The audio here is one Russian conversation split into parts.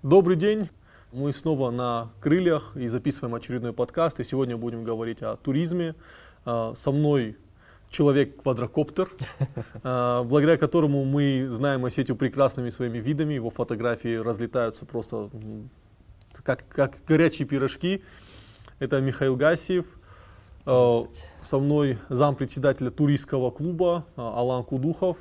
Добрый день! Мы снова на крыльях и записываем очередной подкаст. И сегодня будем говорить о туризме. Со мной человек-квадрокоптер, благодаря которому мы знаем Осетию прекрасными своими видами. Его фотографии разлетаются просто как горячие пирожки. Это Михаил Гасиев. Со мной зампредседателя туристского клуба Алан Кудухов,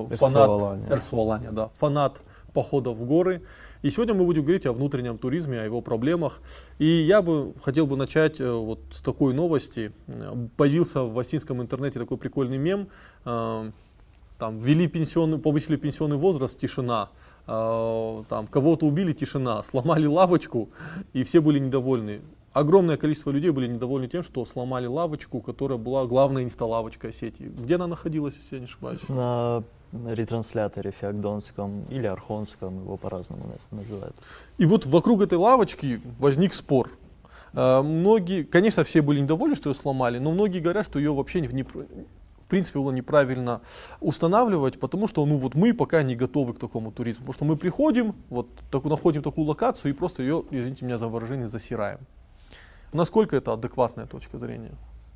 фанат походов в горы. И сегодня мы будем говорить о внутреннем туризме, о его проблемах. И я хотел бы начать вот с такой новости. Появился в осетинском интернете такой прикольный мем. Там повысили пенсионный возраст, тишина. Там кого-то убили, тишина. Сломали лавочку, и все были недовольны. Огромное количество людей были недовольны тем, что сломали лавочку, которая была главной инсталлавочкой Осетии. Где она находилась, если я не ошибаюсь? На ретрансляторе феокдонском или архонском, его по-разному называют. И вот вокруг этой лавочки возник спор. Многие, конечно, все были недовольны, что ее сломали, но многие говорят, что ее вообще в принципе было неправильно устанавливать, потому что мы пока не готовы к такому туризму. Потому что мы приходим, находим такую локацию и просто ее, извините меня за выражение, засираем. Насколько это адекватная точка зрения?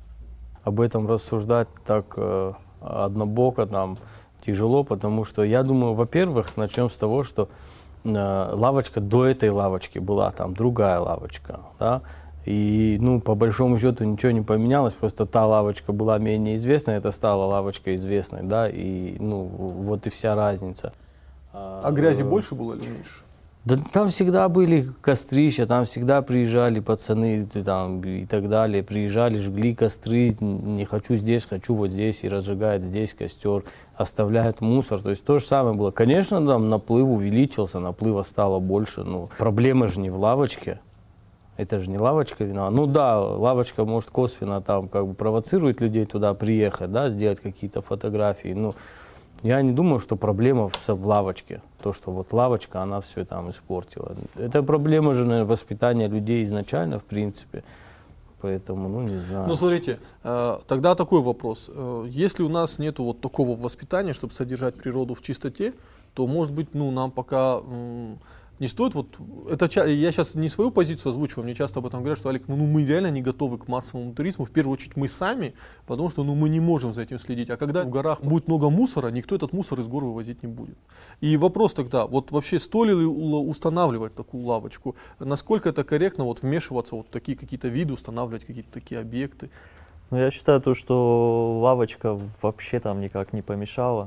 Об этом рассуждать так однобоко нам тяжело, потому что я думаю, во-первых, начнем с того, что лавочка до этой лавочки была там другая лавочка, да, и по большому счету ничего не поменялось, просто та лавочка была менее известной, это стала лавочка известной, да, и вот и вся разница. А грязи больше было или меньше? Да, там всегда были кострища, там всегда приезжали пацаны там, и так далее. Приезжали, жгли костры, не хочу здесь, хочу вот здесь, и разжигают здесь костер, оставляют мусор. То есть то же самое было. Конечно, там наплыв увеличился, наплыва стало больше, но проблема же не в лавочке. Это же не лавочка виновата. Ну да, лавочка, может, косвенно там как бы провоцирует людей туда приехать, да, сделать какие-то фотографии. Я не думаю, что проблема в лавочке. То, что вот лавочка, она все там испортила. Это проблема же, наверное, воспитания людей изначально, в принципе. Поэтому, не знаю. Смотрите, тогда такой вопрос. Если у нас нет вот такого воспитания, чтобы содержать природу в чистоте, то, может быть, нам пока не стоит я сейчас не свою позицию озвучиваю, мне часто об этом говорят, что, Алик, мы реально не готовы к массовому туризму, в первую очередь мы сами, потому что мы не можем за этим следить. А когда в горах будет много мусора, никто этот мусор из гор вывозить не будет. И вопрос тогда, вообще стоит ли устанавливать такую лавочку, насколько это корректно вмешиваться в такие какие-то виды, устанавливать какие-то такие объекты? Я считаю, что лавочка вообще там никак не помешала.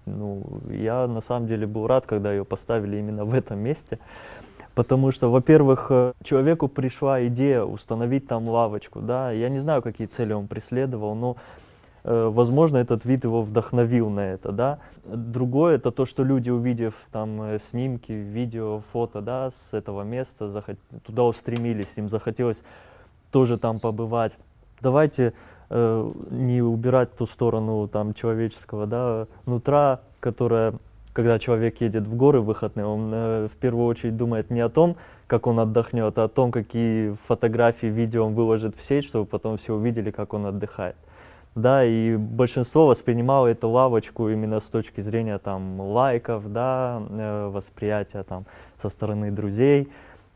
Я на самом деле был рад, когда ее поставили именно в этом месте, потому что, во-первых, человеку пришла идея установить там лавочку, да, я не знаю, какие цели он преследовал, но, возможно, этот вид его вдохновил на это, да. Другое, это то, что люди, увидев там снимки, видео, фото, да, с этого места, туда устремились, им захотелось тоже там побывать. Давайте не убирать ту сторону там человеческого, да, нутра, которая, когда человек едет в горы в выходные, он в первую очередь думает не о том, как он отдохнет, а о том, какие фотографии, видео он выложит в сеть, чтобы потом все увидели, как он отдыхает. Да, и большинство воспринимало эту лавочку именно с точки зрения там лайков, да, восприятия там со стороны друзей.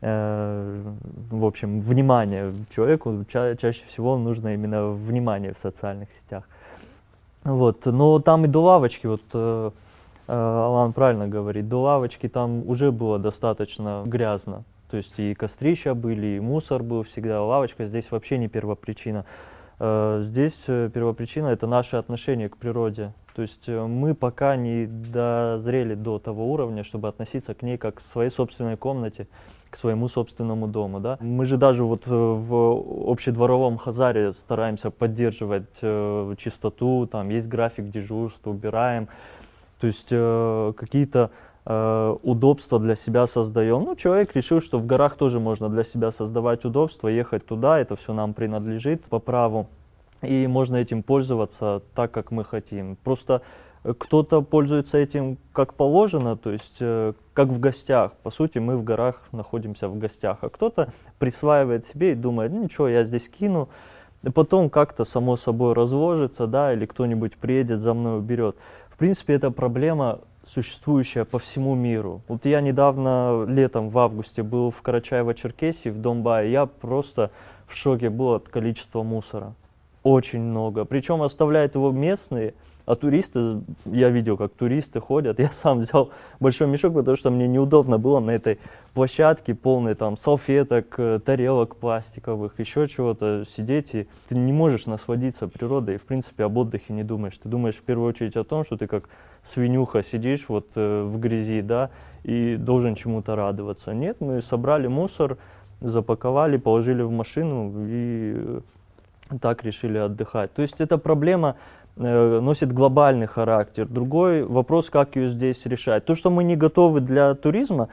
В общем, внимание человеку чаще всего нужно именно внимание в социальных сетях. Но там и до лавочки, Алан правильно говорит, до лавочки там уже было достаточно грязно. То есть и кострища были, и мусор был всегда. Лавочка здесь вообще не первопричина. Здесь первопричина — это наше отношение к природе. То есть мы пока не дозрели до того уровня, чтобы относиться к ней как к своей собственной комнате, к своему собственному дому, да. Мы же даже в общедворовом хазаре стараемся поддерживать чистоту, там есть график дежурств, убираем, то есть какие-то удобства для себя создаем. Человек решил, что в горах тоже можно для себя создавать удобства, ехать туда, это все нам принадлежит по праву, и можно этим пользоваться так, как мы хотим. Просто кто-то пользуется этим как положено, то есть как в гостях. По сути, мы в горах находимся в гостях, а кто-то присваивает себе и думает, ничего, я здесь кину, и потом как-то само собой разложится, да, или кто-нибудь приедет за мной уберет. В принципе, эта проблема существующая по всему миру. Вот я недавно, летом, в августе, был в Карачаево-Черкесии, в Домбае, я просто в шоке был от количества мусора. Очень много. Причем оставляют его местные, а туристы, я видел, как туристы ходят. Я сам взял большой мешок, потому что мне неудобно было на этой площадке, полной там салфеток, тарелок пластиковых, еще чего-то сидеть. И ты не можешь насладиться природой и, в принципе, об отдыхе не думаешь. Ты думаешь в первую очередь о том, что ты как свинюха сидишь вот в грязи, да, и должен чему-то радоваться. Нет, мы собрали мусор, запаковали, положили в машину и так решили отдыхать. То есть эта проблема носит глобальный характер. Другой вопрос, как ее здесь решать. То, что мы не готовы для туризма,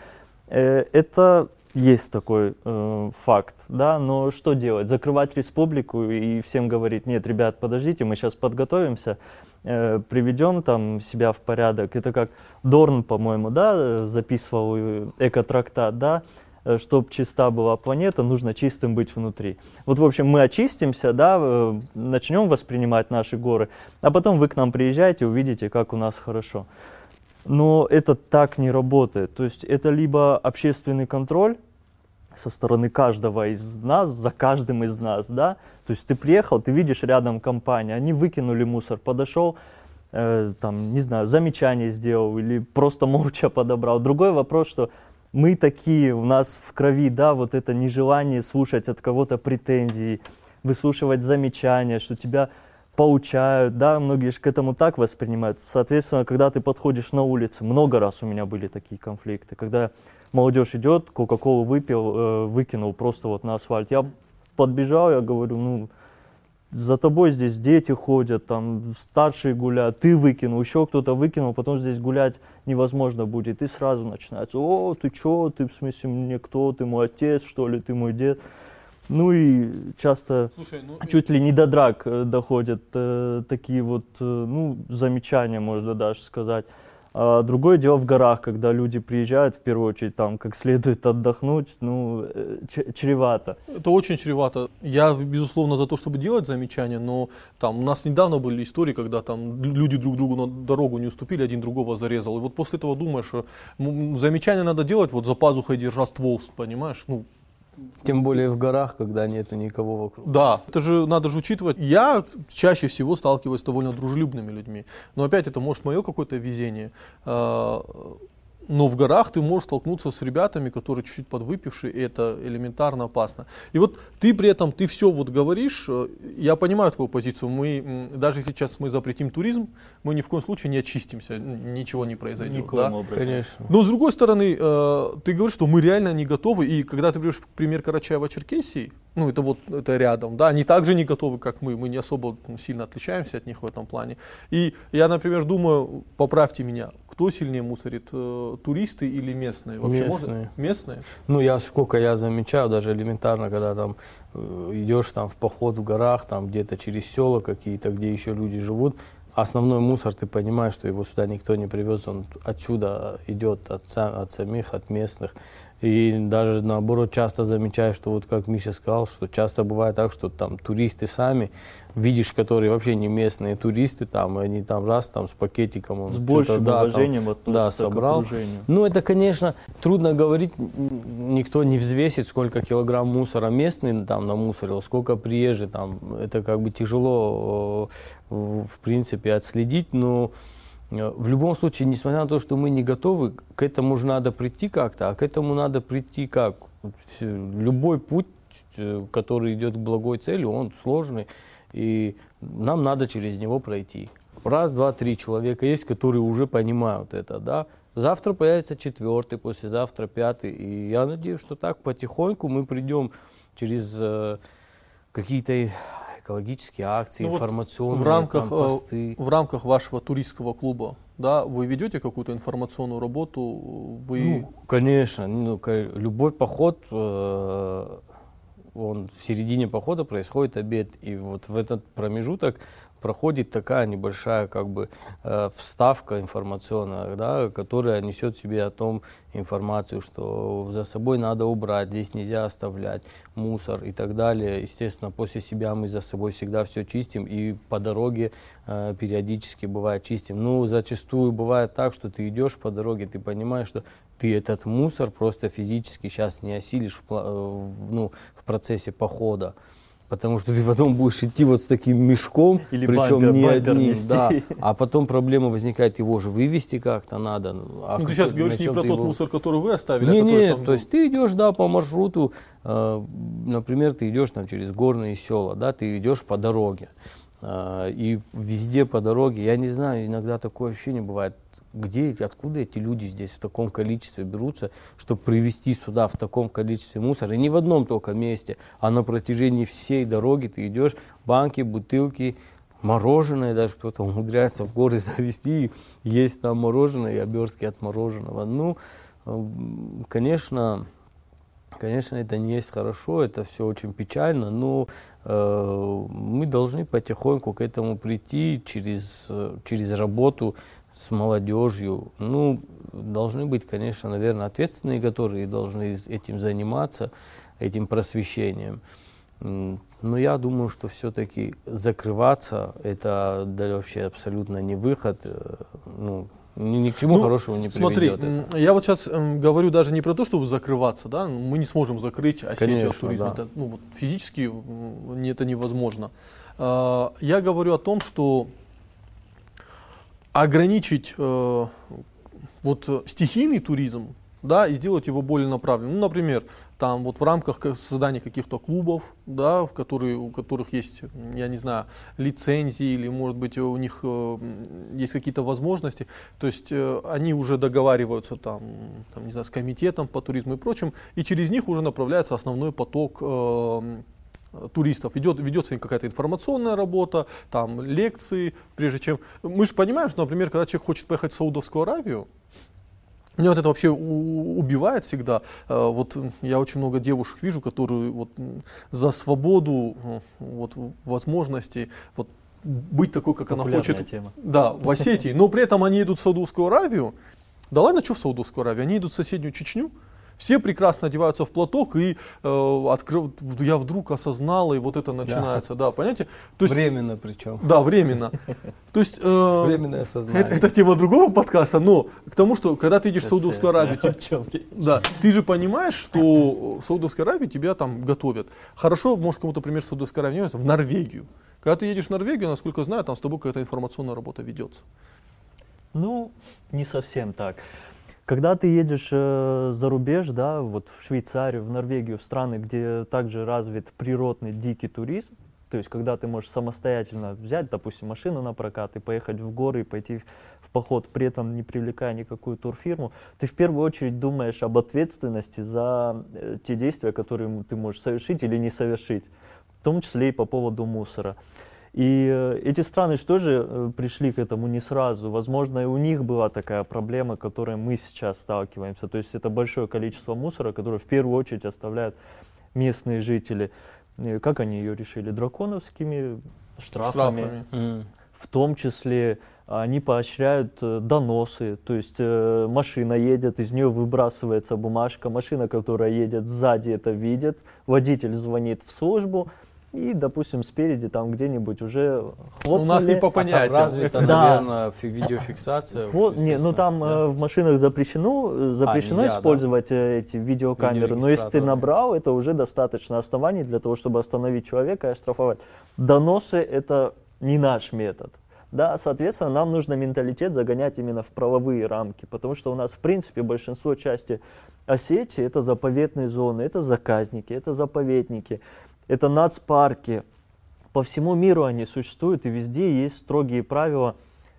это есть такой факт, да, но что делать? Закрывать республику и всем говорить: нет, ребят, подождите, мы сейчас подготовимся, приведем там себя в порядок. Это как Дорн, по-моему, да, записывал экотрактат, да, чтобы чиста была планета, нужно чистым быть внутри. Вот, в общем, мы очистимся, да, начнем воспринимать наши горы, а потом вы к нам приезжаете, увидите, как у нас хорошо. Но это так не работает. То есть это либо общественный контроль со стороны каждого из нас, за каждым из нас, да. То есть ты приехал, ты видишь рядом компания, они выкинули мусор, подошел, там, не знаю, замечание сделал или просто молча подобрал. Другой вопрос, что мы такие, у нас в крови, да, вот это нежелание слушать от кого-то претензии, выслушивать замечания, что тебя поучают, да, многие же к этому так воспринимают. Соответственно, когда ты подходишь на улице, много раз у меня были такие конфликты, когда молодежь идет, кока-колу выпил, выкинул просто вот на асфальт. Я подбежал, я говорю: ну, за тобой здесь дети ходят, там старшие гуляют, ты выкинул, еще кто-то выкинул, потом здесь гулять невозможно будет. И сразу начинается: о, ты что, ты в смысле мне кто, ты мой отец, что ли, ты мой дед. Ну и часто чуть ли не до драк доходят такие вот, ну, замечания, можно даже сказать. А другое дело в горах, когда люди приезжают, в первую очередь, там, как следует отдохнуть, ну, чревато. Это очень чревато. Я, безусловно, за то, чтобы делать замечания, но там у нас недавно были истории, когда там люди друг другу на дорогу не уступили, один другого зарезал. И вот после этого думаешь, что замечания надо делать, вот за пазухой держа ствол, понимаешь, ну. Тем более в горах, когда нету никого вокруг. Да, это же надо же учитывать. Я чаще всего сталкиваюсь с довольно дружелюбными людьми. Но опять это может мое какое-то везение. Но в горах ты можешь столкнуться с ребятами, которые чуть-чуть подвыпившие, и это элементарно опасно. И вот ты при этом, ты все вот говоришь, я понимаю твою позицию, мы, даже сейчас мы запретим туризм, мы ни в коем случае не очистимся, ничего не произойдет. Да? Конечно. Но с другой стороны, ты говоришь, что мы реально не готовы, и когда ты берешь пример Карачаево-Черкесии, ну это вот, это рядом, да, они также не готовы, как мы не особо сильно отличаемся от них в этом плане. И я, например, думаю, поправьте меня, кто сильнее мусорит, туристы или местные? Вообще местные. Местные? Ну, сколько я замечаю, даже элементарно, когда там идешь там в поход в горах, там где-то через села какие-то, где еще люди живут, основной мусор, ты понимаешь, что его сюда никто не привез, он отсюда идет от самих, от местных. И даже наоборот часто замечаю, что вот как Миша сказал, что часто бывает так, что там туристы сами, видишь, которые вообще не местные туристы, там, они там раз там с пакетиком, он с большим уважением там, да, собрал. Ну это, конечно, трудно говорить, никто не взвесит, сколько килограмм мусора местный там намусорил, сколько приезжий там, это как бы тяжело в принципе отследить, но в любом случае, несмотря на то, что мы не готовы, к этому же надо прийти как-то, а к этому надо прийти как? Любой путь, который идет к благой цели, он сложный, и нам надо через него пройти. Раз, два, три человека есть, которые уже понимают это, да. Завтра появится 4-й, послезавтра 5-й, и я надеюсь, что так потихоньку мы придем через какие-то экологические акции, ну информационные вот посты. В рамках вашего туристского клуба, да, вы ведете какую-то информационную работу? Вы... Ну, конечно, любой поход, он в середине похода происходит обед, и вот в этот промежуток проходит такая небольшая как бы вставка информационная, да, которая несет в себе о том информацию, что за собой надо убрать, здесь нельзя оставлять мусор и так далее. Естественно, после себя мы за собой всегда все чистим и по дороге периодически бывает чистим. Ну, зачастую бывает так, что ты идешь по дороге, ты понимаешь, что ты этот мусор просто физически сейчас не осилишь в процессе похода. Потому что ты потом будешь идти вот с таким мешком, или причем не одним, нести. да. А потом проблема возникает, его же вывести как-то надо. Ну, ты сейчас говоришь не про тот мусор, который вы оставили, не, а который нет, там... то есть ты идешь, да, по маршруту, например, ты идешь там через горные села, да, ты идешь по дороге. И везде по дороге, я не знаю, иногда такое ощущение бывает, откуда эти люди здесь в таком количестве берутся, чтобы привезти сюда в таком количестве мусора. И не в одном только месте, а на протяжении всей дороги ты идешь, банки, бутылки, мороженое, даже кто-то умудряется в горы завести, есть там мороженое и обертки от мороженого. Ну, конечно, это не есть хорошо, это все очень печально, но мы должны потихоньку к этому прийти через работу с молодежью. Ну, должны быть, конечно, наверное, ответственные, которые должны этим заниматься, этим просвещением. Но я думаю, что все-таки закрываться это да, вообще абсолютно не выход. Ни к чему хорошему не приведет. Смотри, я вот сейчас говорю даже не про то, чтобы закрываться, да, мы не сможем закрыть Осетию от туризма, да. это, вот, физически это невозможно. Я говорю о том, что ограничить вот стихийный туризм, да, и сделать его более направленным. Ну, например, там вот в рамках создания каких-то клубов, да, у которых есть, я не знаю, лицензии или, может быть, у них есть какие-то возможности, то есть они уже договариваются там, не знаю, с комитетом по туризму и прочим, и через них уже направляется основной поток туристов. Ведется какая-то информационная работа, там лекции, прежде чем... Мы же понимаем, что, например, когда человек хочет поехать в Саудовскую Аравию, меня вот это вообще убивает всегда. Вот я очень много девушек вижу, которые вот за свободу, вот возможности вот быть такой, как она хочет. Тема. Да, в Осетии. Но при этом они идут в Саудовскую Аравию. Да ладно, что в Саудовскую Аравию? Они идут в соседнюю Чечню. Все прекрасно одеваются в платок, и я вдруг осознала, и вот это начинается, да, понимаете? То есть, временно причем. Да, временно. То есть, временное осознание. Это тема другого подкаста, но к тому, что когда ты идешь в Саудовскую Аравию, да, ты же понимаешь, что в Саудовской Аравии тебя там готовят. Хорошо, может кому-то пример Саудовской Аравии, в Норвегию. Когда ты едешь в Норвегию, насколько знаю, там с тобой какая-то информационная работа ведется. Ну, не совсем так. Когда ты едешь за рубеж, да, вот в Швейцарию, в Норвегию, в страны, где также развит природный дикий туризм, то есть когда ты можешь самостоятельно взять, допустим, машину на прокат и поехать в горы, и пойти в поход, при этом не привлекая никакую турфирму, ты в первую очередь думаешь об ответственности за те действия, которые ты можешь совершить или не совершить, в том числе и по поводу мусора. И эти страны что же пришли к этому не сразу. Возможно, и у них была такая проблема, с которой мы сейчас сталкиваемся. То есть это большое количество мусора, которое в первую очередь оставляют местные жители. И как они ее решили? Драконовскими штрафами. В том числе они поощряют доносы. То есть машина едет, из нее выбрасывается бумажка. Машина, которая едет сзади, это видит. Водитель звонит в службу. И, допустим, спереди там где-нибудь уже хлопнули. У нас не по понятиям. Развита, наверное, видеофиксация. Не, ну там в машинах запрещено нельзя, использовать эти видеокамеры, но если ты набрал, это уже достаточно оснований для того, чтобы остановить человека и оштрафовать. Доносы — это не наш метод. Да, соответственно, нам нужно менталитет загонять именно в правовые рамки, потому что у нас, в принципе, большинство части Осетии — это заповедные зоны, это заказники, это заповедники. Это нацпарки. По всему миру они существуют, и везде есть строгие правила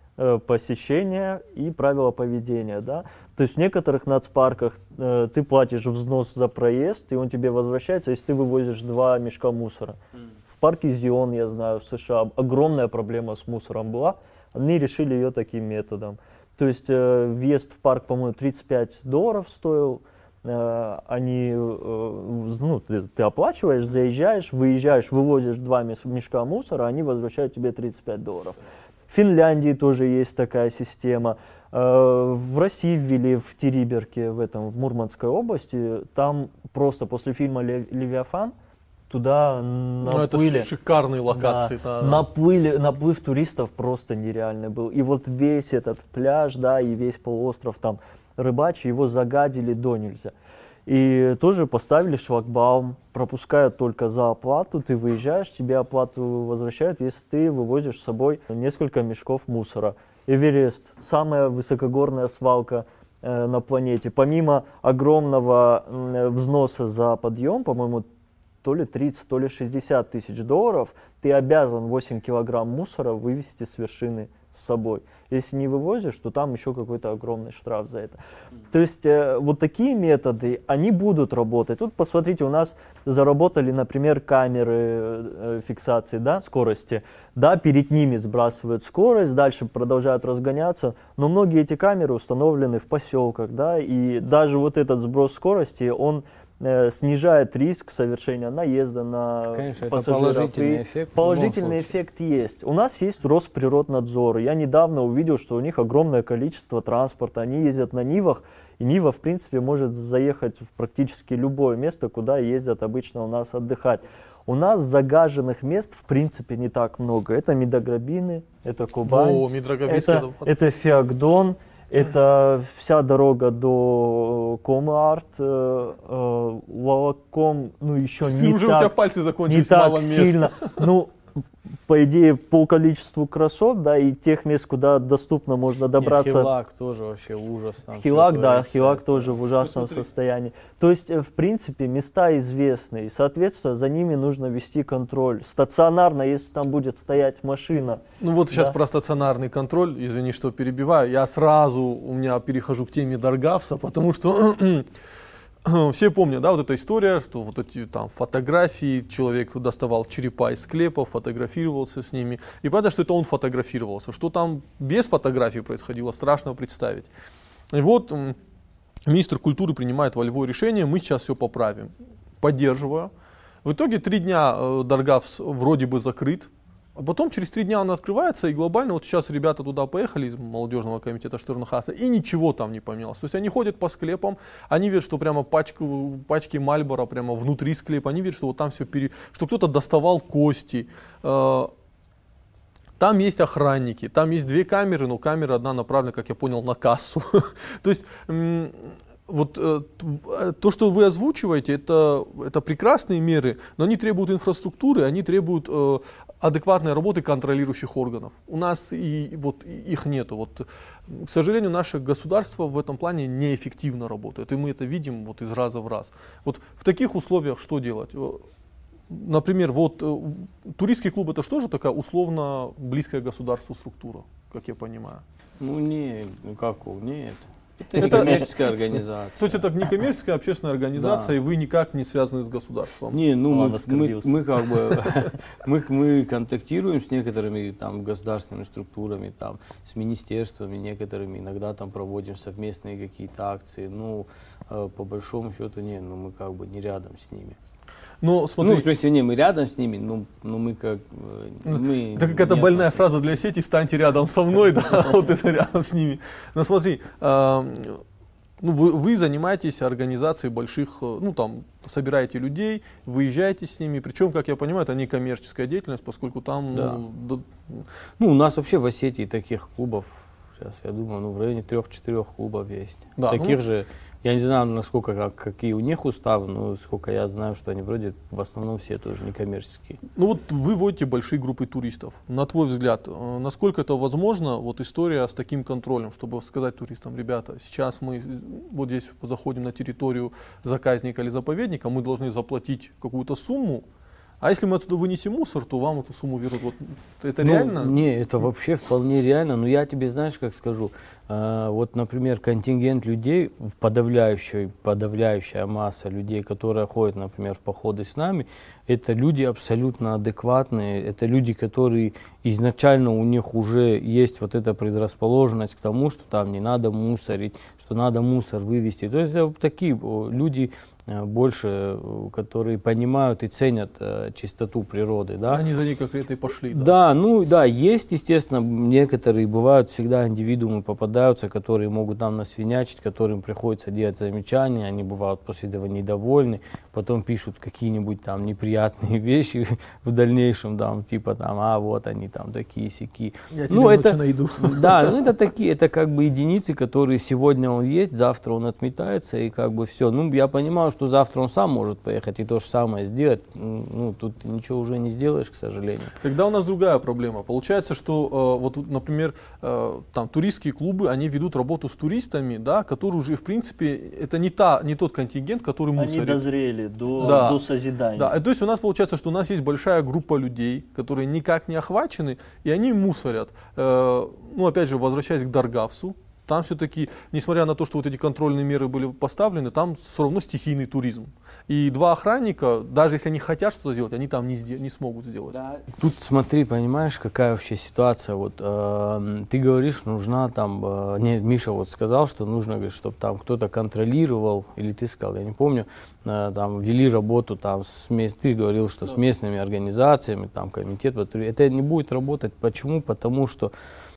посещения и правила поведения. Да? То есть в некоторых нацпарках ты платишь взнос за проезд, и он тебе возвращается, если ты вывозишь 2 мешка мусора. В парке Зион, я знаю, в США огромная проблема с мусором была. Они решили ее таким методом. То есть въезд в парк, по-моему, $35 стоил. они, ну, ты оплачиваешь, заезжаешь, выезжаешь, вывозишь 2 мешка мусора, они возвращают тебе $35. В Финляндии тоже есть такая система. В России ввели в Териберке, в Мурманской области, там просто после фильма «Левиафан» туда наплыли. Это шикарные локации. Да, наплыв туристов просто нереальный был. И вот весь этот пляж, да, и весь полуостров там рыбачий, его загадили до нельзя. И тоже поставили шлагбаум, пропускают только за оплату, ты выезжаешь, тебе оплату возвращают, если ты вывозишь с собой несколько мешков мусора. Эверест, самая высокогорная свалка на планете. Помимо огромного взноса за подъем, по-моему, то ли 30, то ли 60 тысяч долларов, ты обязан 8 килограмм мусора вывезти с вершины с собой. Если не вывозишь, то там еще какой-то огромный штраф за это. То есть вот такие методы, они будут работать. Тут посмотрите, у нас заработали, например, камеры фиксации, да, скорости. Да, перед ними сбрасывают скорость, дальше продолжают разгоняться. Но многие эти камеры установлены в поселках, да, и даже вот этот сброс скорости, он снижает риск совершения наезда на Конечно, пассажиров. Это положительный эффект. Положительный эффект есть. У нас есть Росприроднадзор. Я недавно увидел, что у них огромное количество транспорта. Они ездят на Нивах, и Нива, в принципе, может заехать в практически любое место, куда ездят обычно у нас отдыхать. У нас загаженных мест, в принципе, не так много. Это Мидрограбины, это Кубань, это Феогдон. Это вся дорога до Комы-Арт, Волоком, ну еще не уже так, у тебя пальцы закончились, не так мало места. сильно. Ну, по идее, по количеству красот, да, и тех мест, куда доступно можно добраться. Хилак тоже вообще ужас. Хилак, да, Хилак тоже в ужасном состоянии. То есть, в принципе, места известны, и, соответственно, за ними нужно вести контроль. Стационарно, если там будет стоять машина. Ну вот сейчас про стационарный контроль, извини, что перебиваю, я сразу перехожу к теме Даргавса, потому что все помнят, да, вот эта история, что вот эти там фотографии, человек доставал черепа из склепов, фотографировался с ними. И понятно, что это он фотографировался. Что там без фотографий происходило, страшно представить. И вот министр культуры принимает волевое решение, мы сейчас все поправим. Поддерживаю. В итоге 3 дня Даргавс вроде бы закрыт. А потом через 3 дня он открывается, и глобально вот сейчас ребята туда поехали из молодежного комитета Штернхаса, и ничего там не поменялось. То есть они ходят по склепам, они видят, что прямо пачки Мальборо прямо внутри склепа, они видят, что вот там все что кто-то доставал кости. Там есть охранники, там есть 2 камеры, но камера одна направлена, как я понял, на кассу. То есть вот то, что вы озвучиваете, это прекрасные меры, но они требуют инфраструктуры, они требуют адекватной работы контролирующих органов. У нас их нету. Вот, к сожалению, наше государство в этом плане неэффективно работает, и мы это видим вот из раза в раз. Вот в таких условиях что делать? Например, вот туристский клуб — это что же такая условно близкая государству структура, как я понимаю? Ну нет, нет. Это некоммерческая организация. То есть это некоммерческая общественная организация, и вы никак не связаны с государством? Не, ну мы как бы мы контактируем с некоторыми там государственными структурами, там с министерствами некоторыми, иногда там проводим совместные какие-то акции. Ну по большому счету нет, ну мы как бы не рядом с ними. Ну, смотри, в смысле, не, мы рядом с ними, но мы как... это какая-то больная фраза для сети: «Станьте рядом со мной», да, вот это рядом с ними. Но смотри, вы занимаетесь организацией больших, ну там, собираете людей, выезжаете с ними, причем, как я понимаю, это не коммерческая деятельность, поскольку там... Да. Ну, у нас вообще в Осетии таких клубов, сейчас я думаю, в районе 3-4 клубов есть. Да, таких же... Я не знаю, насколько, какие у них уставы, но сколько я знаю, что они вроде в основном все тоже некоммерческие. Ну вот вы водите большие группы туристов. На твой взгляд, насколько это возможно, вот история с таким контролем, чтобы сказать туристам: ребята, сейчас мы вот здесь заходим на территорию заказника или заповедника, мы должны заплатить какую-то сумму, А если мы отсюда вынесем мусор, то вам эту сумму вернут. Вот это реально? Не, это вообще вполне реально. Но я тебе, знаешь, как скажу, вот, например, контингент людей, подавляющая масса людей, которые ходят, например, в походы с нами, это люди абсолютно адекватные, это люди, которые изначально у них уже есть вот эта предрасположенность к тому, что там не надо мусорить, что надо мусор вывести. То есть это такие люди больше, которые понимают и ценят чистоту природы, да. Они за ней конкретно и пошли, да? Да, ну да, есть, естественно, некоторые бывают всегда индивидуумы попадаются, которые могут нам насвинячить, которым приходится делать замечания, они бывают после этого недовольны, потом пишут какие-нибудь там неприятные вещи в дальнейшем, там, типа там, вот они там такие-сяки. Я тебя ночью найду. Да, ну это такие, это как бы единицы, которые сегодня он есть, завтра он отметается, и как бы все. Ну, я понимаю, что завтра он сам может поехать и то же самое сделать. Ну, тут ничего уже не сделаешь, к сожалению. Тогда у нас другая проблема. Получается, что вот, например, там туристские клубы, они ведут работу с туристами, да, которые уже, в принципе, это не тот контингент, который мусорит. Они дозрели до созидания. Да, то есть у нас получается, что у нас есть большая группа людей, которые никак не охвачены, и они мусорят. Ну, опять же, возвращаясь к Даргавсу, там все-таки, несмотря на то, что вот эти контрольные меры были поставлены, там все равно стихийный туризм. И два охранника, даже если они хотят что-то сделать, они там не смогут сделать. Да. Тут смотри, понимаешь, какая вообще ситуация. Вот ты говоришь, нужна там, Миша вот сказал, что нужно, говорит, чтобы там кто-то контролировал, или ты сказал, я не помню, там вели работу там ты говорил, что с местными организациями, там комитет, это не будет работать. Почему? Потому что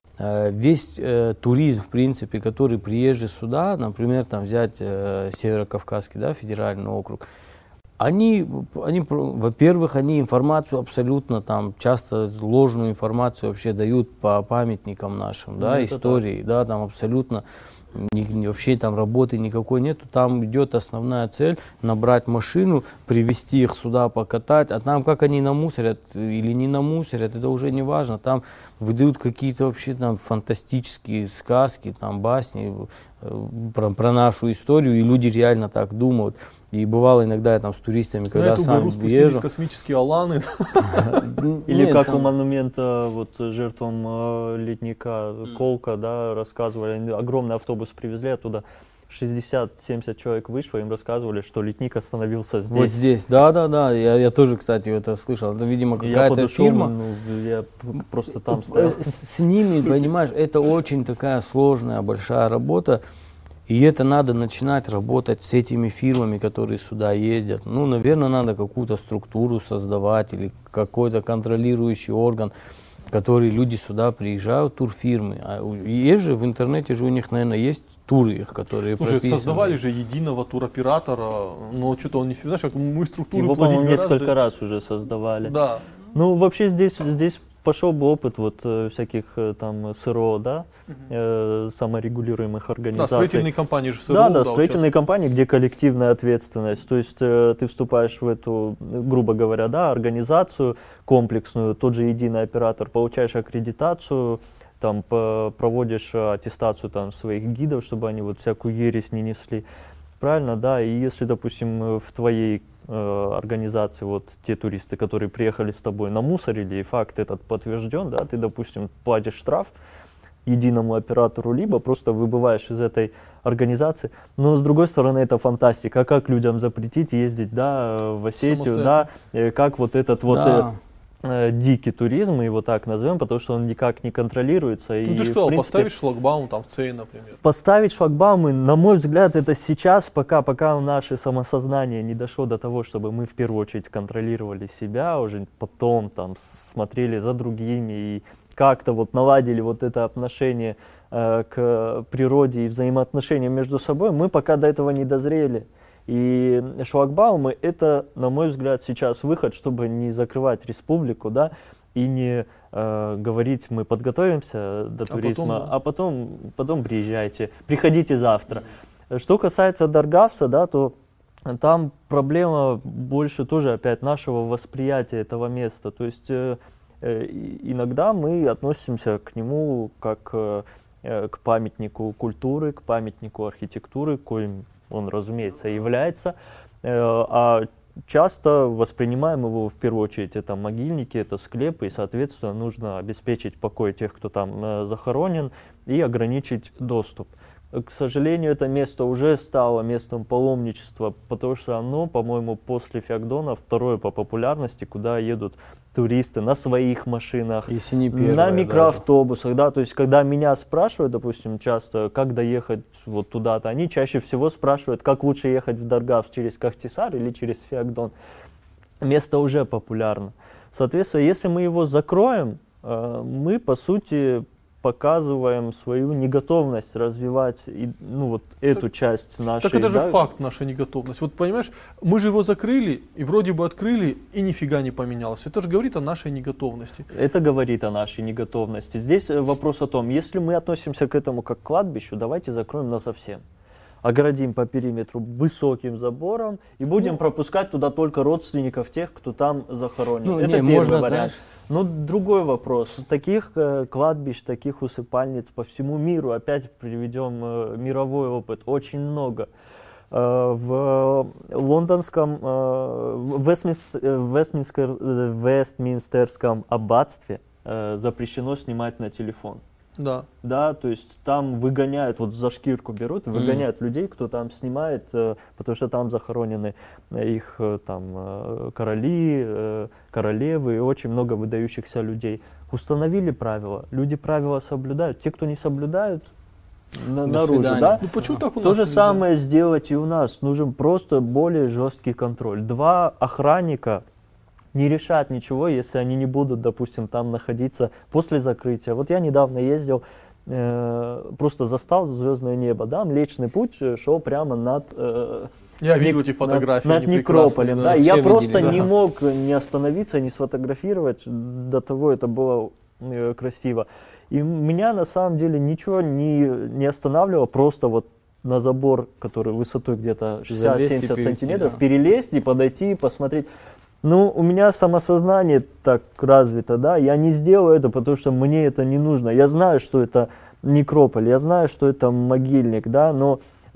весь туризм, в принципе, который приезжий сюда, например, там взять Северокавказский, да, федеральный округ, они, во-первых, они информацию абсолютно там, часто ложную информацию вообще дают по памятникам нашим, да, истории, да, там абсолютно вообще там работы никакой нету, там идет основная цель набрать машину, привезти их сюда, покатать, а там как они намусорят или не намусорят, это уже не важно, там выдают какие-то вообще там фантастические сказки, там басни про нашу историю, и люди реально так думают. И бывало иногда я там с туристами, когда сам езжу. Космические аланы. Или как у монумента вот жертвам ледника Колка, да, рассказывали, огромный автобус привезли оттуда, 60-70 человек вышло, им рассказывали, что ледник остановился здесь. Вот здесь, да, я тоже, кстати, это слышал. Это, видимо, какая-то фирма. Я просто там стоял. С ними, понимаешь, это очень такая сложная, большая работа. И это надо начинать работать с этими фирмами, которые сюда ездят. Ну, наверное, надо какую-то структуру создавать или какой-то контролирующий орган, который люди сюда приезжают, турфирмы. А есть же в интернете же у них, наверное, есть туры их, которые прописаны. Создавали же единого туроператора, но что-то он не... Знаешь, как мы структуру его, по-моему, несколько раз уже создавали. Да. Ну, вообще здесь пошел бы опыт вот всяких там СРО, да, саморегулируемых организаций. Да, строительные компании же СРО. Да, строительные компании, где коллективная ответственность. То есть ты вступаешь в эту, грубо говоря, да, организацию комплексную, тот же единый оператор, получаешь аккредитацию, там проводишь аттестацию там своих гидов, чтобы они вот всякую ересь не несли. Правильно, да, и если, допустим, в твоей организации вот те туристы, которые приехали с тобой, намусорили, и факт этот подтвержден, да, ты, допустим, платишь штраф единому оператору, либо просто выбываешь из этой организации. Но с другой стороны, это фантастика. А как людям запретить ездить, да, в Осетию, да, как вот этот вот дикий туризм, мы его так назовем, потому что он никак не контролируется. Ну, ты же сказал, поставить шлагбаум там в Цей, например. Поставить шлагбаумы, на мой взгляд, это сейчас, пока наше самосознание не дошло до того, чтобы мы в первую очередь контролировали себя, уже потом там смотрели за другими и как-то вот наладили вот это отношение к природе и взаимоотношения между собой, мы пока до этого не дозрели. И шлагбаумы — это, на мой взгляд, сейчас выход, чтобы не закрывать республику, да, и не говорить, мы подготовимся до туризма, а потом приезжайте, приходите завтра. Что касается Даргавса, да, то там проблема больше тоже опять нашего восприятия этого места. То есть иногда мы относимся к нему как к памятнику культуры, к памятнику архитектуры, коим он, разумеется, является. А часто воспринимаем его в первую очередь, это могильники, это склепы, и, соответственно, нужно обеспечить покой тех, кто там захоронен, и ограничить доступ. К сожалению, это место уже стало местом паломничества, потому что оно, по-моему, после Феогдона второе по популярности, куда едут туристы на своих машинах, если не первое, на микроавтобусах, да, то есть когда меня спрашивают, допустим, часто, как доехать вот туда-то, они чаще всего спрашивают, как лучше ехать в Даргав, через Кахтисар или через Феогдон. Место уже популярно. Соответственно, если мы его закроем, мы, по сути, показываем свою неготовность развивать вот эту часть нашей. Так это же факт, наша неготовность. Вот понимаешь, мы же его закрыли, и вроде бы открыли, и нифига не поменялось. Это же говорит о нашей неготовности. Это говорит о нашей неготовности. Здесь вопрос о том, если мы относимся к этому как к кладбищу, давайте закроем насовсем. Оградим по периметру высоким забором и будем пропускать туда только родственников тех, кто там захоронен. Это первый вариант. Но другой вопрос. Таких кладбищ, таких усыпальниц по всему миру, опять приведем мировой опыт, очень много. В лондонском Вестминстерском аббатстве запрещено снимать на телефон. Да. Да, то есть там выгоняют, вот за шкирку берут, выгоняют людей, кто там снимает, потому что там захоронены их там короли, королевы и очень много выдающихся людей. Установили правила, люди правила соблюдают. Те, кто не соблюдают, наружу, да? Ну, почему так у нас То же нельзя? самое сделать и у нас. Нужен просто более жесткий контроль. 2 охранника не решат ничего, если они не будут, допустим, там находиться после закрытия. Вот я недавно ездил, просто застал звездное небо, да, Млечный Путь шел прямо над... Я видел эти фотографии, над некрополем, да, и Все я просто видели, не мог не остановиться, не сфотографировать, до того это было красиво. И меня на самом деле ничего не останавливало, просто вот на забор, который высотой где-то 60-70 сантиметров, перелезть и подойти, посмотреть. Ну, у меня самосознание так развито, да, я не сделаю это, потому что мне это не нужно. Я знаю, что это некрополь, я знаю, что это могильник, да, но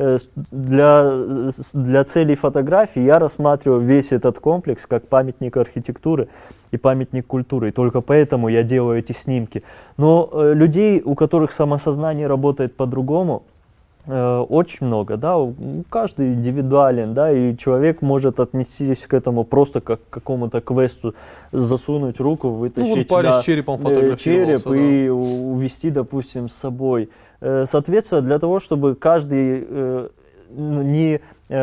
для целей фотографии я рассматриваю весь этот комплекс как памятник архитектуры и памятник культуры, и только поэтому я делаю эти снимки. Но людей, у которых самосознание работает по-другому, очень много, да, каждый индивидуален, да, и человек может отнестись к этому просто как к какому-то квесту, засунуть руку, вытащить, ну, вот парень с черепом фотографировался, череп и увезти, допустим, с собой. Соответственно, для того, чтобы каждый не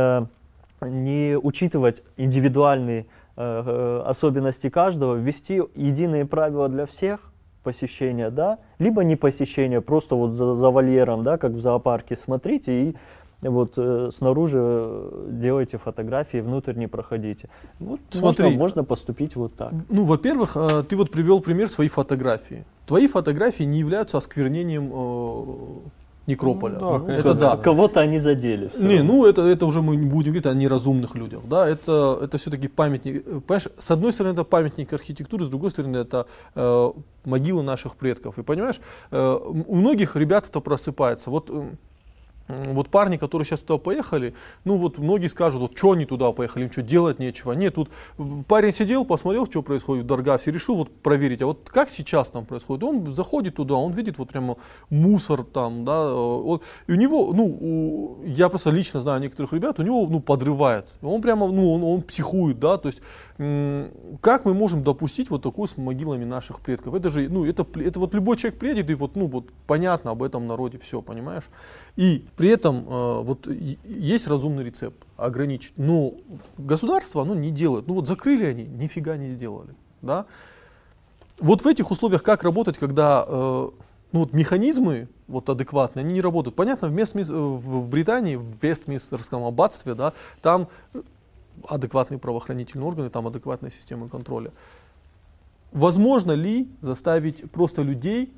учитывать индивидуальные особенности каждого, ввести единые правила для всех посещения, да, либо не посещения, просто вот за вольером, да, как в зоопарке, смотрите и вот снаружи делайте фотографии, внутрь не проходите. Вот смотри, можно поступить вот так. Ну, во-первых, ты вот привел пример своей фотографии. Твои фотографии не являются осквернением некрополя. Ну, да, это да. Кого-то они задели. Не, ну это уже мы не будем говорить о неразумных людях. Да? Это все-таки памятник. Понимаешь, с одной стороны это памятник архитектуры, с другой стороны это могилы наших предков. И понимаешь, у многих ребят это просыпается. Вот парни, которые сейчас туда поехали, ну вот многие скажут, вот что они туда поехали, им что делать нечего. Нет, тут парень сидел, посмотрел, что происходит в Даргавсе, решил вот проверить, а вот как сейчас там происходит. Он заходит туда, он видит вот прямо мусор там, да, и у него, ну, я просто лично знаю некоторых ребят, у него, ну, подрывает. Он прямо, ну, он психует, да, то есть как мы можем допустить вот такое с могилами наших предков? Это же, ну, это вот любой человек приедет и вот, ну, вот понятно об этом народе все, понимаешь? И при этом вот есть разумный рецепт ограничить. Но государство оно не делает. Ну вот закрыли они, нифига не сделали, да? Вот в этих условиях как работать, когда ну, вот механизмы вот адекватные, они не работают. Понятно, в Британии, в Вестминстерском аббатстве, да, там адекватные правоохранительные органы, там адекватная система контроля. Возможно ли заставить просто людей...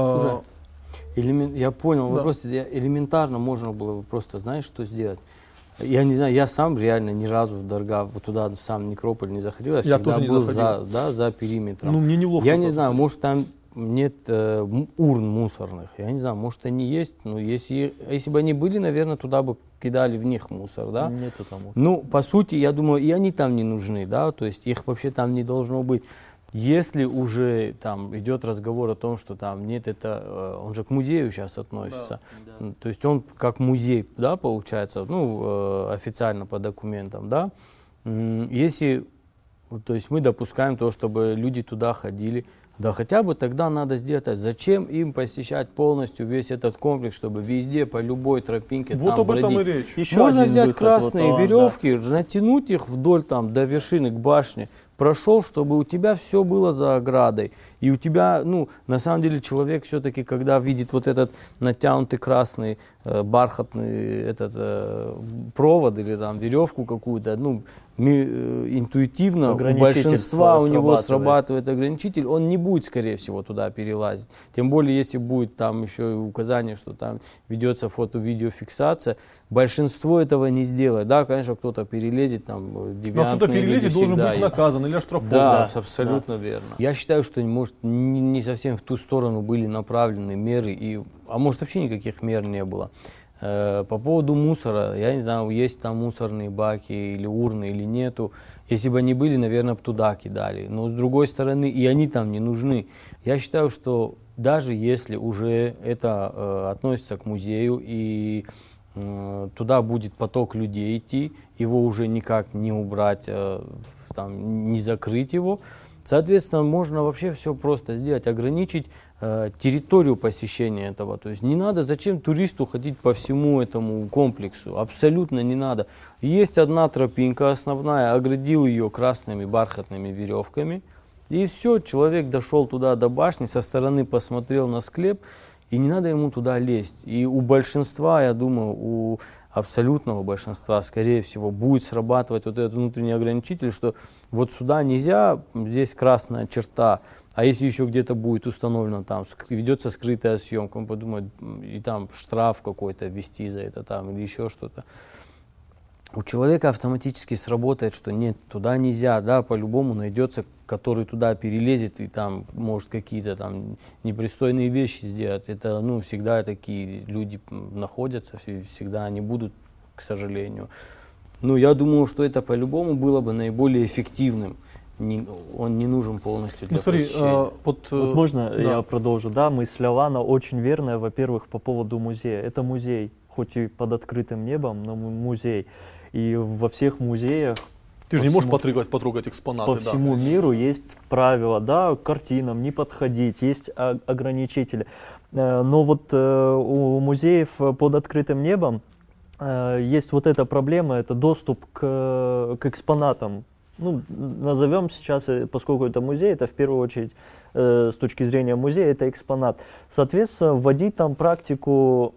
Я понял вопрос. Элементарно можно было бы просто, знаешь, что сделать? Я не знаю, я сам реально ни разу в Даргав, вот туда, в сам некрополь не заходил. Я всегда тоже не был заходил. за периметром. Ну, мне неловко. Я не знаю, может там нет урн мусорных. Я не знаю, может они есть, но если бы они были, наверное, туда бы кидали в них мусор, да? Нету там. Ну, по сути, я думаю, и они там не нужны, да, то есть их вообще там не должно быть. Если уже там идет разговор о том, что там нет, он же к музею сейчас относится, Да. то есть он как музей, да, получается, ну, официально по документам, да. Если, то есть мы допускаем то, чтобы люди туда ходили, да хотя бы тогда надо сделать, зачем им посещать полностью весь этот комплекс, чтобы везде по любой тропинке Вот там об этом и бродить. речь. Еще Можно один взять выход, красные вот, веревки, натянуть их вдоль там до вершины к башне, прошел, чтобы у тебя все было за оградой. И у тебя, ну, на самом деле человек все-таки, когда видит вот этот натянутый красный бархатный провод или там веревку какую-то, ну, интуитивно у большинства у него срабатывает ограничитель, он не будет, скорее всего, туда перелазить. Тем более, если будет там еще и указание, что там ведется фото-видеофиксация, большинство этого не сделает. Да, конечно, кто-то перелезет, там, девиантные. Но кто-то перелезет, должен быть есть. наказан или оштрафован. Да, абсолютно верно. Я считаю, что, может, не совсем в ту сторону были направлены меры, а может, вообще никаких мер не было. По поводу мусора, я не знаю, есть там мусорные баки или урны или нету. Если бы они были, наверное, бы туда кидали. Но с другой стороны, и они там не нужны. Я считаю, что даже если уже это относится к музею и туда будет поток людей идти, его уже никак не убрать, там, не закрыть его, соответственно, можно вообще все просто сделать, ограничить территорию посещения этого. То есть не надо, зачем туристу ходить по всему этому комплексу, абсолютно не надо. Есть одна тропинка основная, оградил ее красными бархатными веревками, и все, человек дошел туда до башни, со стороны посмотрел на склеп, и не надо ему туда лезть. И у большинства, я думаю, у абсолютного большинства, скорее всего, будет срабатывать вот этот внутренний ограничитель, что вот сюда нельзя, здесь красная черта, а если еще где-то будет установлено, там, ведется скрытая съемка, он подумает, и там штраф какой-то ввести за это там, или еще что-то. У человека автоматически сработает, что нет, туда нельзя, да, по-любому найдется, который туда перелезет и там может какие-то там непристойные вещи сделать. Это, ну, всегда такие люди находятся, всегда они будут, к сожалению. Ну, я думаю, что это по-любому было бы наиболее эффективным. Он не нужен полностью для посещения. Вот можно я продолжу? Да, мысль Алана очень верная, во-первых, по поводу музея. Это музей, хоть и под открытым небом, но музей. И во всех музеях... Ты же не можешь потрогать экспонаты. По всему миру есть правила, да, к картинам не подходить, есть ограничители. Но вот у музеев под открытым небом есть вот эта проблема, это доступ к экспонатам. Ну, назовем сейчас, поскольку это музей, это в первую очередь с точки зрения музея это экспонат. Соответственно, вводить там практику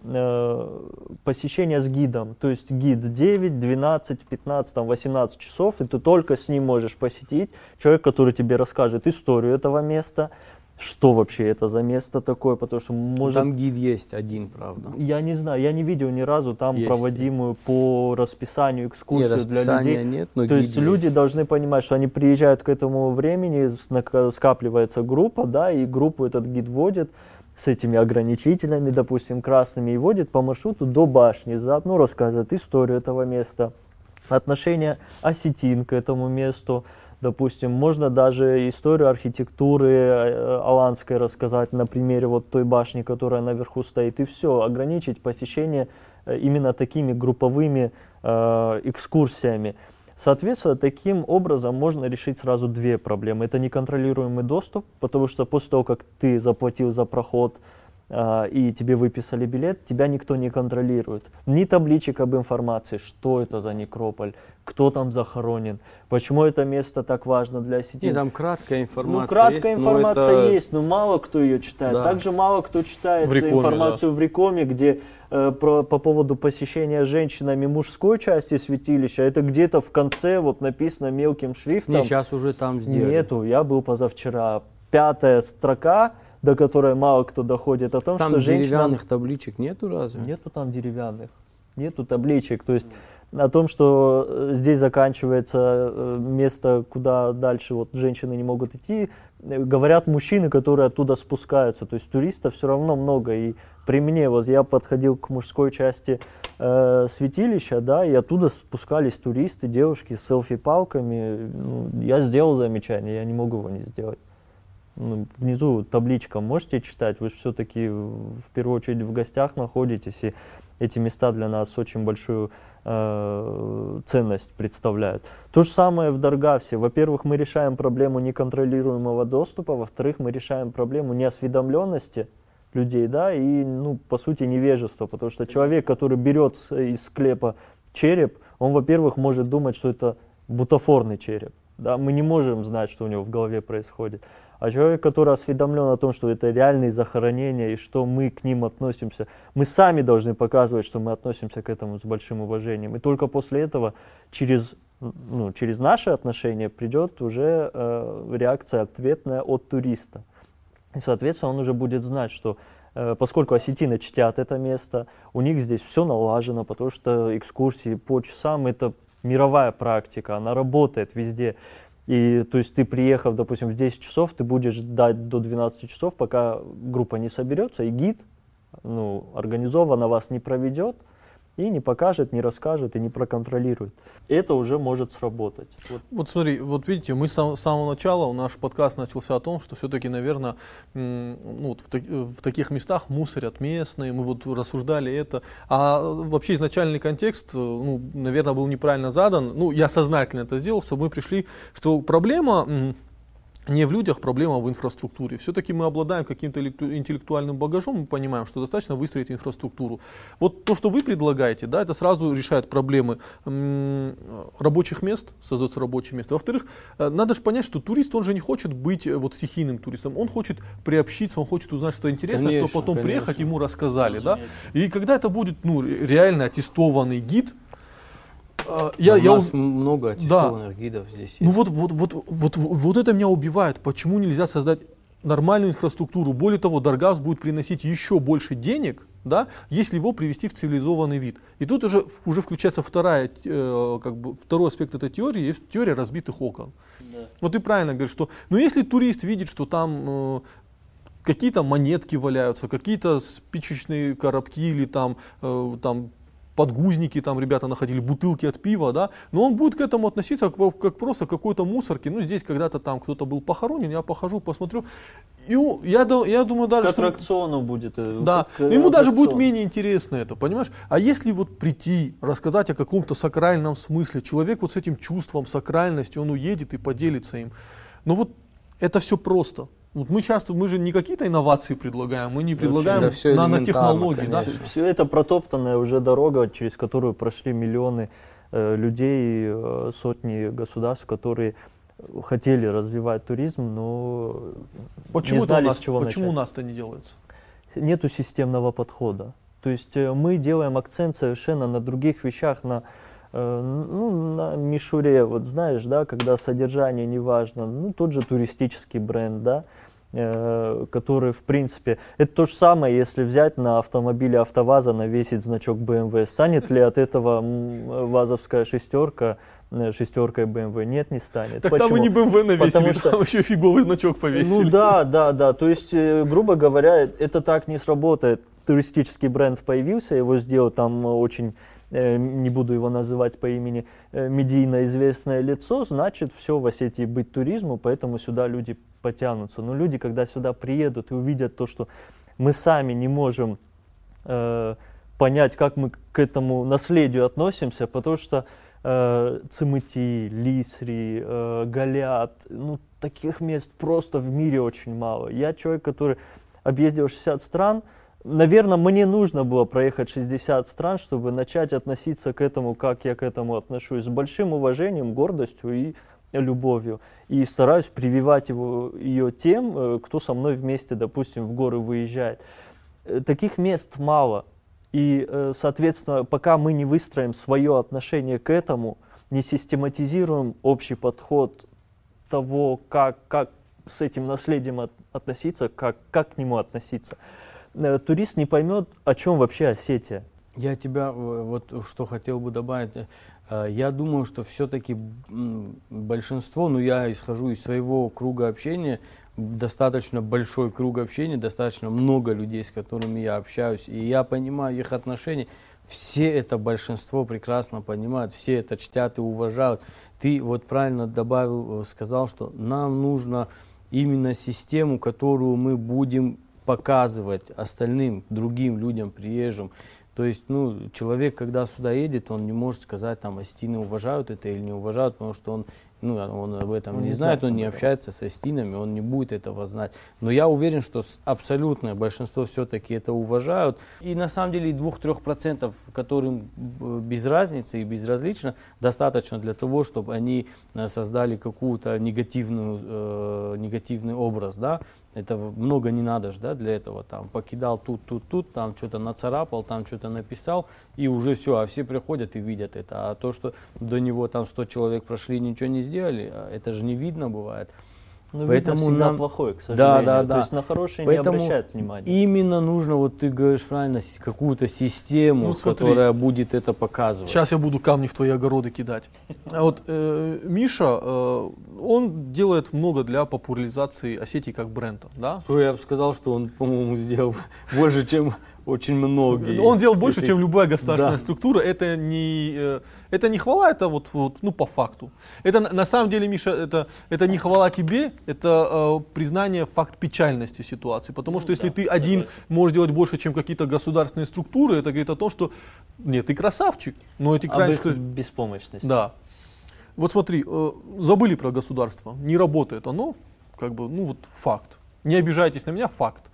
посещения с гидом. То есть гид 9, 12, 15, 18 часов, и ты только с ним можешь посетить. Человек, который тебе расскажет историю этого места, что вообще это за место такое, потому что может... Там гид есть один, правда. Я не знаю, я не видел ни разу там есть проводимую по расписанию экскурсию для людей. Нет, но то есть люди должны понимать, что они приезжают к этому времени, скапливается группа, да, и группу этот гид водит с этими ограничителями, допустим, красными, и водит по маршруту до башни, заодно рассказывает историю этого места, отношение осетин к этому месту. Допустим, можно даже историю архитектуры аланской рассказать на примере вот той башни, которая наверху стоит, и все, ограничить посещение именно такими групповыми экскурсиями. Соответственно, таким образом можно решить сразу две проблемы. Это неконтролируемый доступ, потому что после того, как ты заплатил за проход, и тебе выписали билет, тебя никто не контролирует. Ни табличек об информации, что это за некрополь, кто там захоронен, почему это место так важно для осетин. Нет, там краткая информация есть. Ну, краткая информация есть, но мало кто ее читает. Да. Также мало кто читает Рекоме, информацию в Рекоме, где по поводу посещения женщинами мужской части святилища, это где-то в конце вот написано мелким шрифтом. Нет, сейчас уже там сделали. Нету, я был позавчера. 5-я строка, до которой мало кто доходит, о том, там что женщинам... деревянных табличек нету разве? Нету там деревянных, нету табличек. То есть о том, что здесь заканчивается место, куда дальше вот женщины не могут идти, говорят мужчины, которые оттуда спускаются. То есть туристов все равно много. И при мне, вот я подходил к мужской части святилища, да, и оттуда спускались туристы, девушки с селфи-палками. Ну, я сделал замечание, я не могу его не сделать. Ну, внизу табличка можете читать, вы же все-таки в первую очередь в гостях находитесь, и эти места для нас очень большую ценность представляют. То же самое в Даргавсе. Во-первых, мы решаем проблему неконтролируемого доступа, во-вторых, мы решаем проблему неосведомленности людей, да, и, ну, по сути, невежества, потому что человек, который берет из склепа череп, он, во-первых, может думать, что это бутафорный череп, да, мы не можем знать, что у него в голове происходит. А человек, который осведомлен о том, что это реальные захоронения и что мы к ним относимся, мы сами должны показывать, что мы относимся к этому с большим уважением. И только после этого через наши отношения придет уже реакция ответная от туриста. И, соответственно, он уже будет знать, что поскольку осетины чтят это место, у них здесь все налажено, потому что экскурсии по часам — это мировая практика, она работает везде. И то есть ты, приехав, допустим, в 10 часов, ты будешь ждать до 12 часов, пока группа не соберется, и гид, ну, организованно вас не проведет, и не покажет, не расскажет, и не проконтролирует. Это уже может сработать. Вот смотри, вот видите, мы с самого начала, наш подкаст начался о том, что все-таки, наверное, ну, в таких местах мусорят местные, мы вот рассуждали это. А вообще изначальный контекст, ну, наверное, был неправильно задан. Ну, я сознательно это сделал, чтобы мы пришли, что проблема не в людях, проблема в инфраструктуре. Все-таки мы обладаем каким-то интеллектуальным багажом, мы понимаем, что достаточно выстроить инфраструктуру. Вот то, что вы предлагаете, да, это сразу решает проблемы рабочих мест, создается рабочее место. Во-вторых, надо же понять, что турист, он же не хочет быть вот стихийным туристом, он хочет приобщиться, он хочет узнать что-то интересное, Конечно, что потом конечно. приехать ему рассказали. Да? И когда это будет, ну, реально аттестованный гид, У нас много аттестованных гидов здесь есть. Ну вот это меня убивает. Почему нельзя создать нормальную инфраструктуру? Более того, Даргавс будет приносить еще больше денег, да, если его привести в цивилизованный вид. И тут уже включается второй аспект этой теории, есть теория разбитых окон. Да. Вот ты правильно говоришь, что если турист видит, что там какие-то монетки валяются, какие-то спичечные коробки или там подгузники там ребята находили, бутылки от пива, да, но он будет к этому относиться как просто к какой-то мусорке. Ну, здесь когда-то там кто-то был похоронен, я похожу, посмотрю. И я думаю даже, к аттракциону будет. Да, ему даже будет менее интересно это, понимаешь? А если вот прийти, рассказать о каком-то сакральном смысле, человек вот с этим чувством сакральности, он уедет и поделится им. Но вот это все просто. Вот мы же не какие-то инновации предлагаем, мы не предлагаем нанотехнологии. Да? Все это протоптанная уже дорога, через которую прошли миллионы людей, сотни государств, которые хотели развивать туризм, но не знали, с чего начать. Почему у нас это не делается? Нету системного подхода. То есть мы делаем акцент совершенно на других вещах, на мишуре, вот знаешь, да, когда содержание не важно, ну тот же туристический бренд, да, который в принципе, это то же самое, если взять на автомобиле АвтоВАЗа навесить значок BMW, станет ли от этого ВАЗовская шестеркой BMW? Нет, не станет. Так там вы не BMW навесили, там еще фиговый значок повесили. Ну да, то есть, грубо говоря, это так не сработает. Туристический бренд появился, его сделал там очень, не буду его называть по имени, медийно известное лицо, значит, все в Осетии быть туризму, поэтому сюда люди потянутся. Но люди, когда сюда приедут и увидят то, что мы сами не можем понять, как мы к этому наследию относимся, потому что Цимыти, Лисри, Галят, ну, таких мест просто в мире очень мало. Я человек, который объездил 60 стран, наверное, мне нужно было проехать 60 стран, чтобы начать относиться к этому, как я к этому отношусь, с большим уважением, гордостью и любовью. И стараюсь прививать ее тем, кто со мной вместе, допустим, в горы выезжает. Таких мест мало. И, соответственно, пока мы не выстроим свое отношение к этому, не систематизируем общий подход того, как с этим наследием относиться, как к нему относиться, турист не поймет, о чем вообще Осетия. Я тебя вот что хотел бы добавить. Я думаю, что все-таки большинство, ну я исхожу из своего круга общения, достаточно большой круг общения, достаточно много людей, с которыми я общаюсь, и я понимаю их отношения. Все это большинство прекрасно понимают, все это чтят и уважают. Ты вот правильно добавил, сказал, что нам нужно именно систему, которую мы будем показывать остальным, другим людям, приезжим. То есть, ну, человек, когда сюда едет, он не может сказать, там, остины уважают это или не уважают, потому что он об этом не знает, он не общается с остинами, он не будет этого знать. Но я уверен, что абсолютное большинство все-таки это уважают. И на самом деле 2-3%, которым без разницы и безразлично, достаточно для того, чтобы они создали какую-то негативный образ, да. Это много не надо же, да, для этого. Там покидал тут, там что-то нацарапал, там что-то написал, и уже все, а все приходят и видят это. А то, что до него там 100 человек прошли, ничего не сделали, это же не видно бывает. Ну, поэтому видно всегда плохое, к сожалению. Да. То есть на хорошее не обращают внимания. Именно нужно, вот ты говоришь правильно, какую-то систему, ну, которая будет это показывать. Сейчас я буду камни в твои огороды кидать. Вот Миша, он делает много для популяризации Осетии как бренда, да? Слушай, я бы сказал, что он, по-моему, сделал больше, чем очень многие. Он делал больше, чем любая государственная структура. Это не хвала, это вот, ну, по факту. Это на самом деле, Миша, это не хвала тебе, это признание факт печальности ситуации. Потому что если ты один можешь делать больше, чем какие-то государственные структуры, это говорит о том, что нет, ты красавчик, но эти крайности... беспомощность. Да. Вот смотри, забыли про государство, не работает оно, как бы, ну вот факт. Не обижайтесь на меня, факт.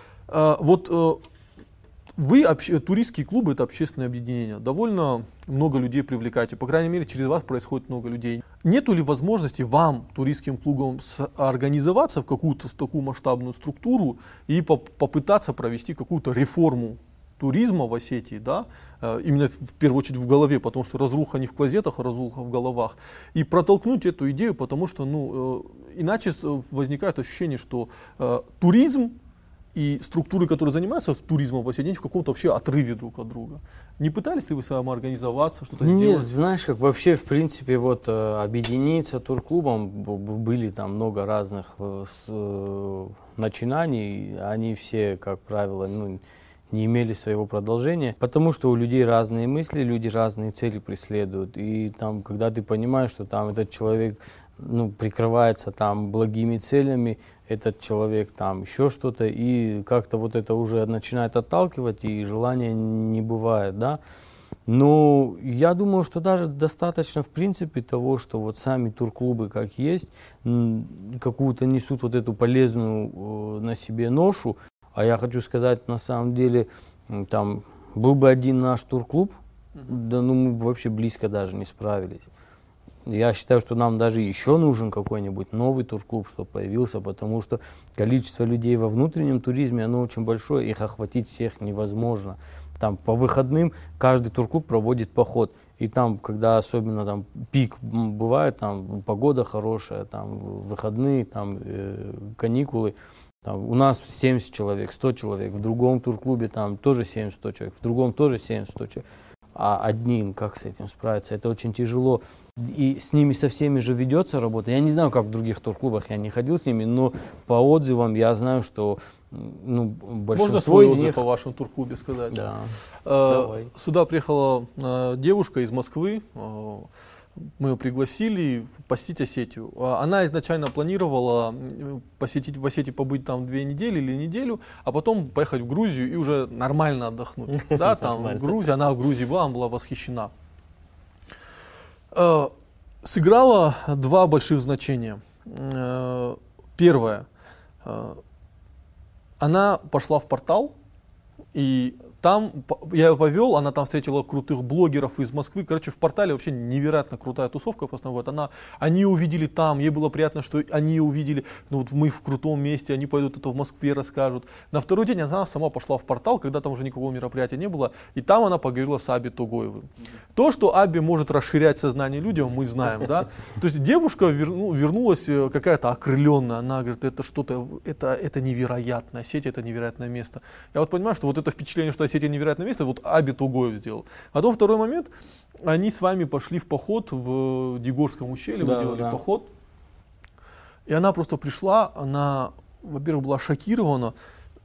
Вы, туристские клубы, это общественное объединение, довольно много людей привлекаете, по крайней мере, через вас происходит много людей. Нету ли возможности вам, туристским клубам, организоваться в какую-то такую масштабную структуру и попытаться провести какую-то реформу туризма в Осетии, да, именно в первую очередь в голове, потому что разруха не в клозетах, а разруха в головах, и протолкнуть эту идею, потому что, ну, иначе возникает ощущение, что туризм и структуры, которые занимаются туризмом в Осетии, в каком-то вообще отрыве друг от друга. Не пытались ли вы самоорганизоваться, что-то сделать? Нет, знаешь, как вообще, в принципе, вот объединиться турклубом, были там много разных начинаний, они все, как правило, ну, не имели своего продолжения, потому что у людей разные мысли, люди разные цели преследуют. И там, когда ты понимаешь, что там этот человек, ну, прикрывается там благими целями, этот человек там еще что-то, и как-то вот это уже начинает отталкивать, и желания не бывает, да. Но я думаю, что даже достаточно в принципе того, что вот сами турклубы как есть, какую-то несут вот эту полезную на себе ношу. А я хочу сказать, на самом деле, там был бы один наш турклуб, да, ну мы бы вообще близко даже не справились. Я считаю, что нам даже еще нужен какой-нибудь новый турклуб, чтобы появился, потому что количество людей во внутреннем туризме, оно очень большое, их охватить всех невозможно. Там по выходным каждый турклуб проводит поход. И там, когда особенно там пик бывает, там погода хорошая, там выходные, там каникулы, там, у нас 70 человек, 100 человек, в другом турклубе там тоже 70-100 человек, в другом тоже 70-100 человек. А одним как с этим справиться? Это очень тяжело. И с ними со всеми же ведется работа. Я не знаю, как в других турклубах, я не ходил с ними, но по отзывам я знаю, что, ну, большинство Можно свой из отзыв них... о вашем турклубе сказать? Да. Сюда приехала девушка из Москвы. Мы ее пригласили посетить Осетию. Она изначально планировала посетить в Осетии, побыть там 2 недели или неделю, а потом поехать в Грузию и уже нормально отдохнуть. Да, там в Грузии, она в Грузии была, она была восхищена. Сыграло 2 больших значения. Первое. Она пошла в портал, и там я ее повел, она там встретила крутых блогеров из Москвы. Короче, в портале вообще невероятно крутая тусовка. Вот они увидели там, ей было приятно, что они увидели, ну вот мы в крутом месте, они пойдут это в Москве расскажут. На второй день она сама пошла в портал, когда там уже никакого мероприятия не было, и там она поговорила с Аби Тугоевым. То, что Аби может расширять сознание людям, мы знаем, да. То есть девушка вернулась какая-то окрыленная, она говорит, это что-то, это невероятно, Осетия это невероятное место. Я вот понимаю, что вот это впечатление, что Осетия невероятное место, вот Аби Тугоев сделал. А потом второй момент, они с вами пошли в поход в Дегорском ущелье, вы делали поход. И она просто пришла, она, во-первых, была шокирована,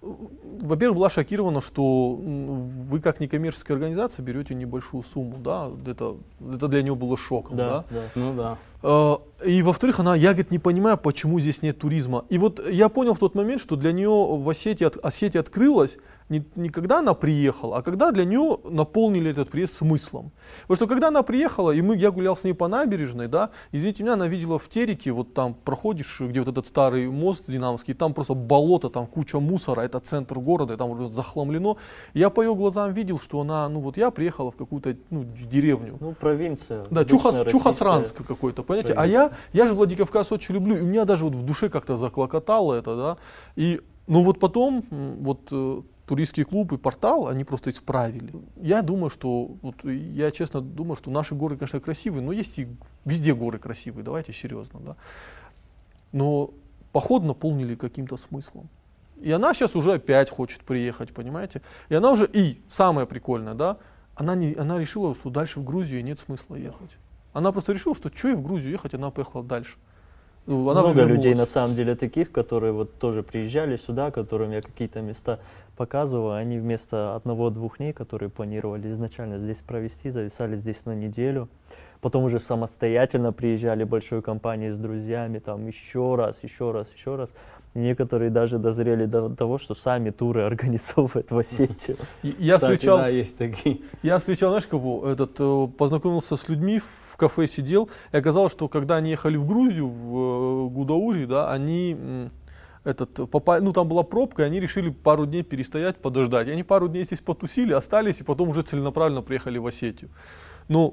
что вы как некоммерческая организация берете небольшую сумму, да, это для нее было шоком, да? Ну да. И во-вторых, я, говорит, не понимаю, почему здесь нет туризма. И вот я понял в тот момент, что для нее в Осетия открылась не когда она приехала, а когда для нее наполнили этот приезд смыслом. Потому что когда она приехала, и я гулял с ней по набережной, да, извините меня, она видела в Тереке, вот там проходишь, где вот этот старый мост динамовский, там просто болото, там куча мусора, это центр города, там уже захламлено. Я по ее глазам видел, что она, я приехала в какую-то деревню. Ну, провинция. Да, Чухосранск какой-то, понимаете? А я же Владикавказ очень люблю, и у меня даже вот в душе как-то заклокотало это, да. И, потом, туристский клуб и портал, они просто исправили. Я думаю, я честно думаю, что наши горы, конечно, красивые, но есть и везде горы красивые, давайте серьезно, да. Но поход наполнили каким-то смыслом. И она сейчас уже опять хочет приехать, понимаете? И она уже, и самое прикольное, да, она решила, что дальше в Грузию нет смысла ехать. Она просто решила, что ей в Грузию ехать, она поехала дальше. Много людей на самом деле таких, которые вот тоже приезжали сюда, которым я какие-то места показываю, они вместо 1-2 дней, которые планировали изначально здесь провести, зависали здесь на неделю. Потом уже самостоятельно приезжали большой компанией с друзьями, там еще раз. И некоторые даже дозрели до того, что сами туры организовывают в Осетию. Есть такие. Я встречал, знаешь, кого? Познакомился с людьми, в кафе сидел, и оказалось, что когда они ехали в Грузию, в Гудаури, да, они там была пробка, и они решили пару дней перестоять, подождать. И они пару дней здесь потусили, остались, и потом уже целенаправленно приехали в Осетию. Но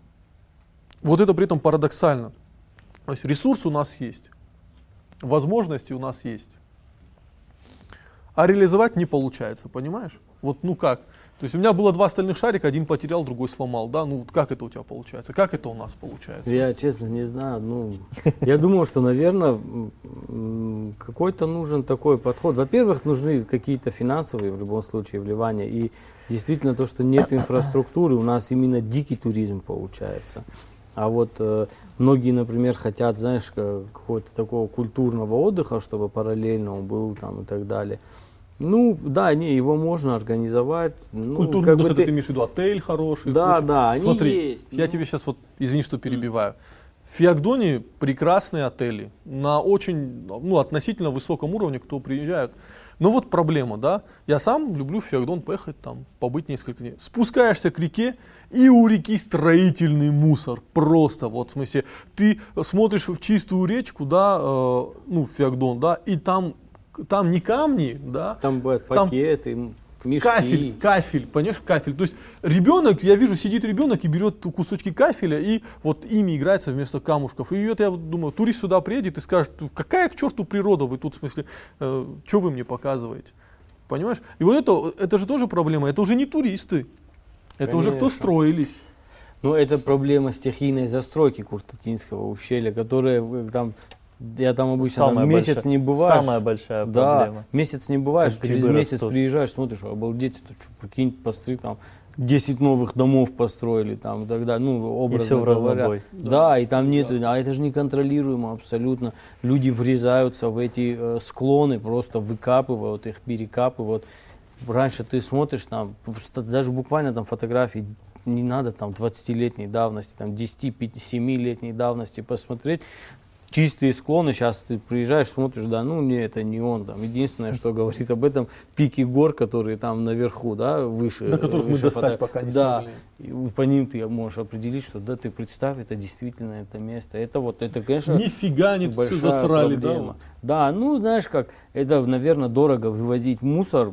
вот это при этом парадоксально. То есть ресурс у нас есть, возможности у нас есть, а реализовать не получается, понимаешь? Как? То есть у меня было 2 остальных шарика, один потерял, другой сломал, да? Как это у тебя получается? Как это у нас получается? Я честно не знаю. Я думаю, что, наверное, какой-то нужен такой подход. Во-первых, нужны какие-то финансовые, в любом случае, вливания. И действительно то, что нет инфраструктуры, у нас именно дикий туризм получается. А многие, например, хотят, знаешь, какого-то такого культурного отдыха, чтобы параллельно он был там и так далее. Его можно организовать. Культурный отдых, ты имеешь в виду отель хороший? Да, они Смотри, есть. Я тебе сейчас, извини, что перебиваю. В Феогдоне прекрасные отели на очень, относительно высоком уровне, кто приезжает. Но проблема, да, я сам люблю в Феогдон поехать, там, побыть несколько дней. Спускаешься к реке, и у реки строительный мусор, просто, в смысле, ты смотришь в чистую речку, да, Феогдон, да, и там не камни, да. Там бывают пакеты, мешки. Кафель, понимаешь, кафель. То есть ребенок, я вижу, сидит ребенок и берет кусочки кафеля и ими играется вместо камушков. И я думаю, турист сюда приедет и скажет, какая к черту природа вы тут, в смысле, что вы мне показываете? Понимаешь? И это же тоже проблема, это уже не туристы, это Конечно. уже кто строились. Это проблема стихийной застройки Куртатинского ущелья, которая там... Я там обычно месяц не бываешь. Самая большая проблема. проблема. Месяц не бываешь, через месяц приезжаешь, смотришь, обалдеть, прикинь, посмотри, там 10 новых домов построили, там, и так далее, образно и все говоря. Да, и там нет, а это же неконтролируемо абсолютно. Люди врезаются в эти склоны, просто выкапывают их, перекапывают. Раньше ты смотришь, там, даже буквально там фотографии, не надо там 20-летней давности, там 10-7-летней давности посмотреть. Чистые склоны, сейчас ты приезжаешь, смотришь, это не он. Там. Единственное, что говорит об этом, пики гор, которые там наверху, да, выше. До которых мы достать пока не смогли. И по ним ты можешь определить, что ты представь, это действительно это место. Это, конечно, нифига они все засрали, проблема. Да, знаешь как, это, наверное, дорого вывозить мусор.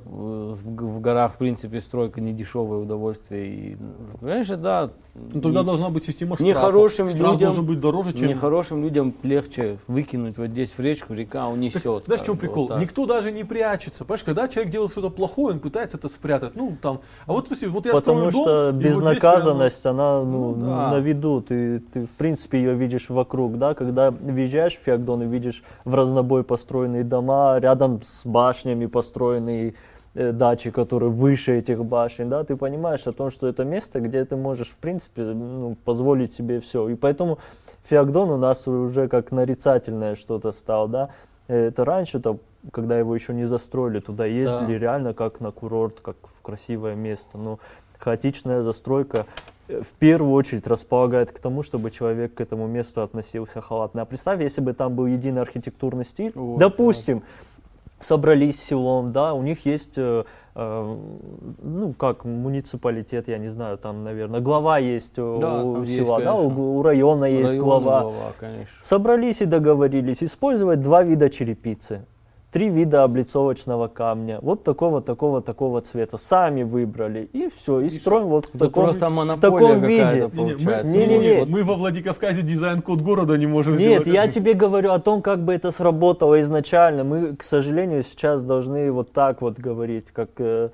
В горах, в принципе, стройка не дешевое удовольствие. И, конечно, да. Тогда должна быть система штрафов. Нехорошим Штраф должен быть дороже, чем... Нехорошим людям легче выкинуть здесь в речку, река унесет. Знаешь, в чем прикол? Никто даже не прячется. Понимаешь, когда человек делает что-то плохое, он пытается это спрятать. А вот я строю дом... Потому что безнаказанность, она на виду. Ты, в принципе, ее видишь вокруг. Да? Когда въезжаешь в Феогдон и видишь в разнобой построенные дома, рядом с башнями построенные дачи, которые выше этих башен, да, ты понимаешь о том, что это место, где ты можешь, в принципе, ну, позволить себе все. И поэтому Феогдон у нас уже как нарицательное что-то стал, да. Это раньше-то, когда его еще не застроили, туда ездили реально как на курорт, как в красивое место. Но хаотичная застройка в первую очередь располагает к тому, чтобы человек к этому месту относился халатно. А представь, если бы там был единый архитектурный стиль, вот, допустим, собрались селом, да, у них есть, ну, как муниципалитет, я не знаю, там, наверное, глава есть у села, да, у района есть глава. Собрались и договорились использовать 2 вида черепицы, 3 вида облицовочного камня, вот такого цвета. Сами выбрали, и все, и строим вот в таком виде. Мы во Владикавказе дизайн-код города не можем сделать. Нет, я тебе говорю о том, как бы это сработало изначально. Мы, к сожалению, сейчас должны вот так вот говорить, как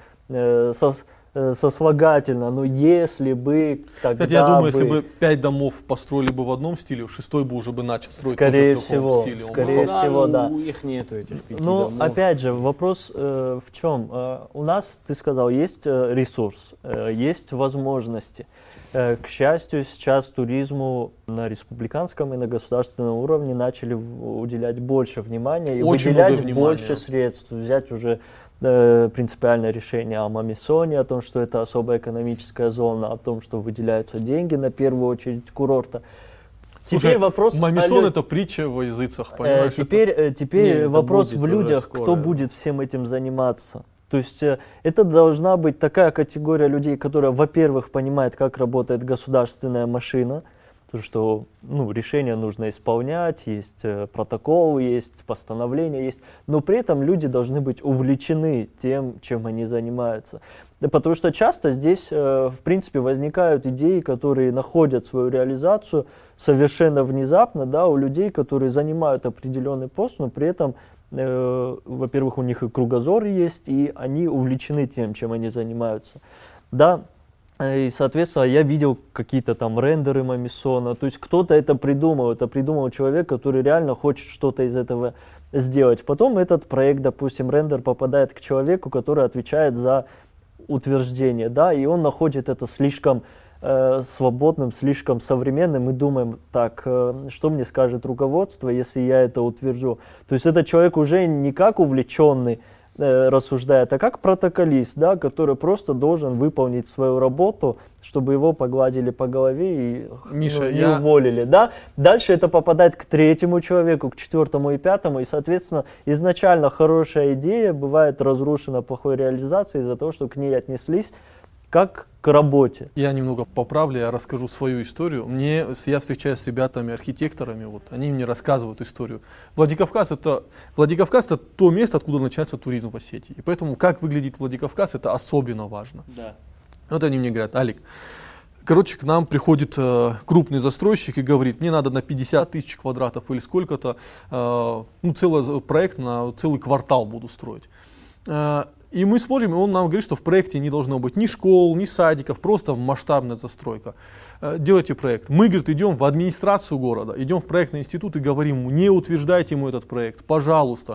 сослагательно, но если бы тогда. Кстати, я думаю, если бы 5 домов построили бы в одном стиле, 6-й бы уже бы начал строить тоже в таком стиле. Скорее всего, да. У них нету этих 5 домов. Ну, опять же, вопрос в чем? У нас, ты сказал, есть ресурс, есть возможности. К счастью, сейчас туризму на республиканском и на государственном уровне начали уделять больше внимания и выделять больше средств, взять уже принципиальное решение о Мамисоне, о том, что это особая экономическая зона, о том, что выделяются деньги на первую очередь курорта. Слушай, теперь вопрос Мамисон это притча во языцах, понимаешь? Теперь вопрос в людях, кто будет всем этим заниматься. То есть это должна быть такая категория людей, которая, во-первых, понимает, как работает государственная машина, потому что решения нужно исполнять, есть протоколы, есть постановления, есть, но при этом люди должны быть увлечены тем, чем они занимаются. Да, потому что часто здесь, в принципе, возникают идеи, которые находят свою реализацию совершенно внезапно, да, у людей, которые занимают определенный пост, но при этом, во-первых, у них и кругозор есть, и они увлечены тем, чем они занимаются. Да. И, соответственно, я видел какие-то там рендеры Мамисона, то есть кто-то это придумал человек, который реально хочет что-то из этого сделать. Потом этот проект, допустим, рендер попадает к человеку, который отвечает за утверждение, да, и он находит это слишком свободным, слишком современным, и думаем, так, что мне скажет руководство, если я это утвержу. То есть этот человек уже не как увлеченный рассуждает, а как протоколист, да, который просто должен выполнить свою работу, чтобы его погладили по голове и Миша, не уволили. Да? Дальше это попадает к 3-му человеку, к 4-му и 5-му, и, соответственно, изначально хорошая идея бывает разрушена плохой реализацией из-за того, что к ней отнеслись как к работе. Я немного поправлю, я расскажу свою историю. Я встречаюсь с ребятами-архитекторами, вот, они мне рассказывают историю. Владикавказ это то место, откуда начинается туризм в Осетии. И поэтому как выглядит Владикавказ, это особенно важно. Да. Вот они мне говорят, Алик, короче, к нам приходит крупный застройщик и говорит, мне надо на 50 тысяч квадратов или сколько-то, целый проект на целый квартал буду строить. И мы смотрим, и он нам говорит, что в проекте не должно быть ни школ, ни садиков, просто масштабная застройка. Делайте проект. Мы, говорит, идем в администрацию города, идем в проектный институт и говорим ему, не утверждайте ему этот проект, пожалуйста.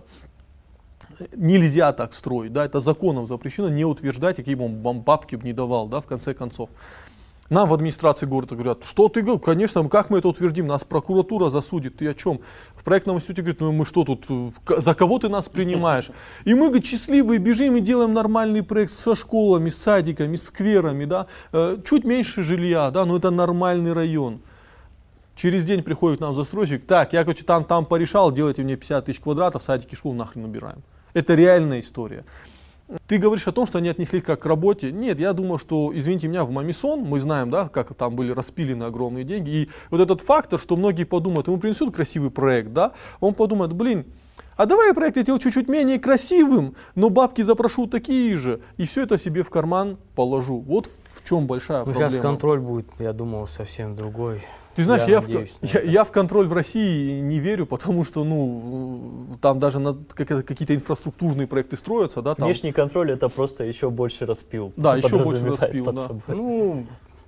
Нельзя так строить, да, это законом запрещено, не утверждайте, какие бы он бабки не давал, да, в конце концов. Нам в администрации города говорят, что ты говоришь, конечно, как мы это утвердим, нас прокуратура засудит, ты о чем? В проектном институте говорят, мы что тут, за кого ты нас принимаешь? И мы, говорит, счастливые бежим и делаем нормальный проект со школами, с садиками, с скверами, да, чуть меньше жилья, да, но это нормальный район. Через день приходит нам застройщик, так, я, короче, там порешал, делайте мне 50 тысяч квадратов, садики, школу нахрен убираем. Это реальная история. Ты говоришь о том, что они отнеслись как к работе. Нет, я думаю, что, извините меня, в Мамисон, мы знаем, да, как там были распилены огромные деньги. И вот этот фактор, что многие подумают, ему принесут красивый проект, да, он подумает, а давай я проект сделал чуть-чуть менее красивым, но бабки запрошу такие же, и все это себе в карман положу. Вот в чем большая проблема. Сейчас контроль будет, я думал, совсем другой. Ты знаешь, я в контроль в России не верю, потому что, там даже какие-то инфраструктурные проекты строятся, да. Там... Внешний контроль это просто еще больше распил. Да, еще больше распил, да.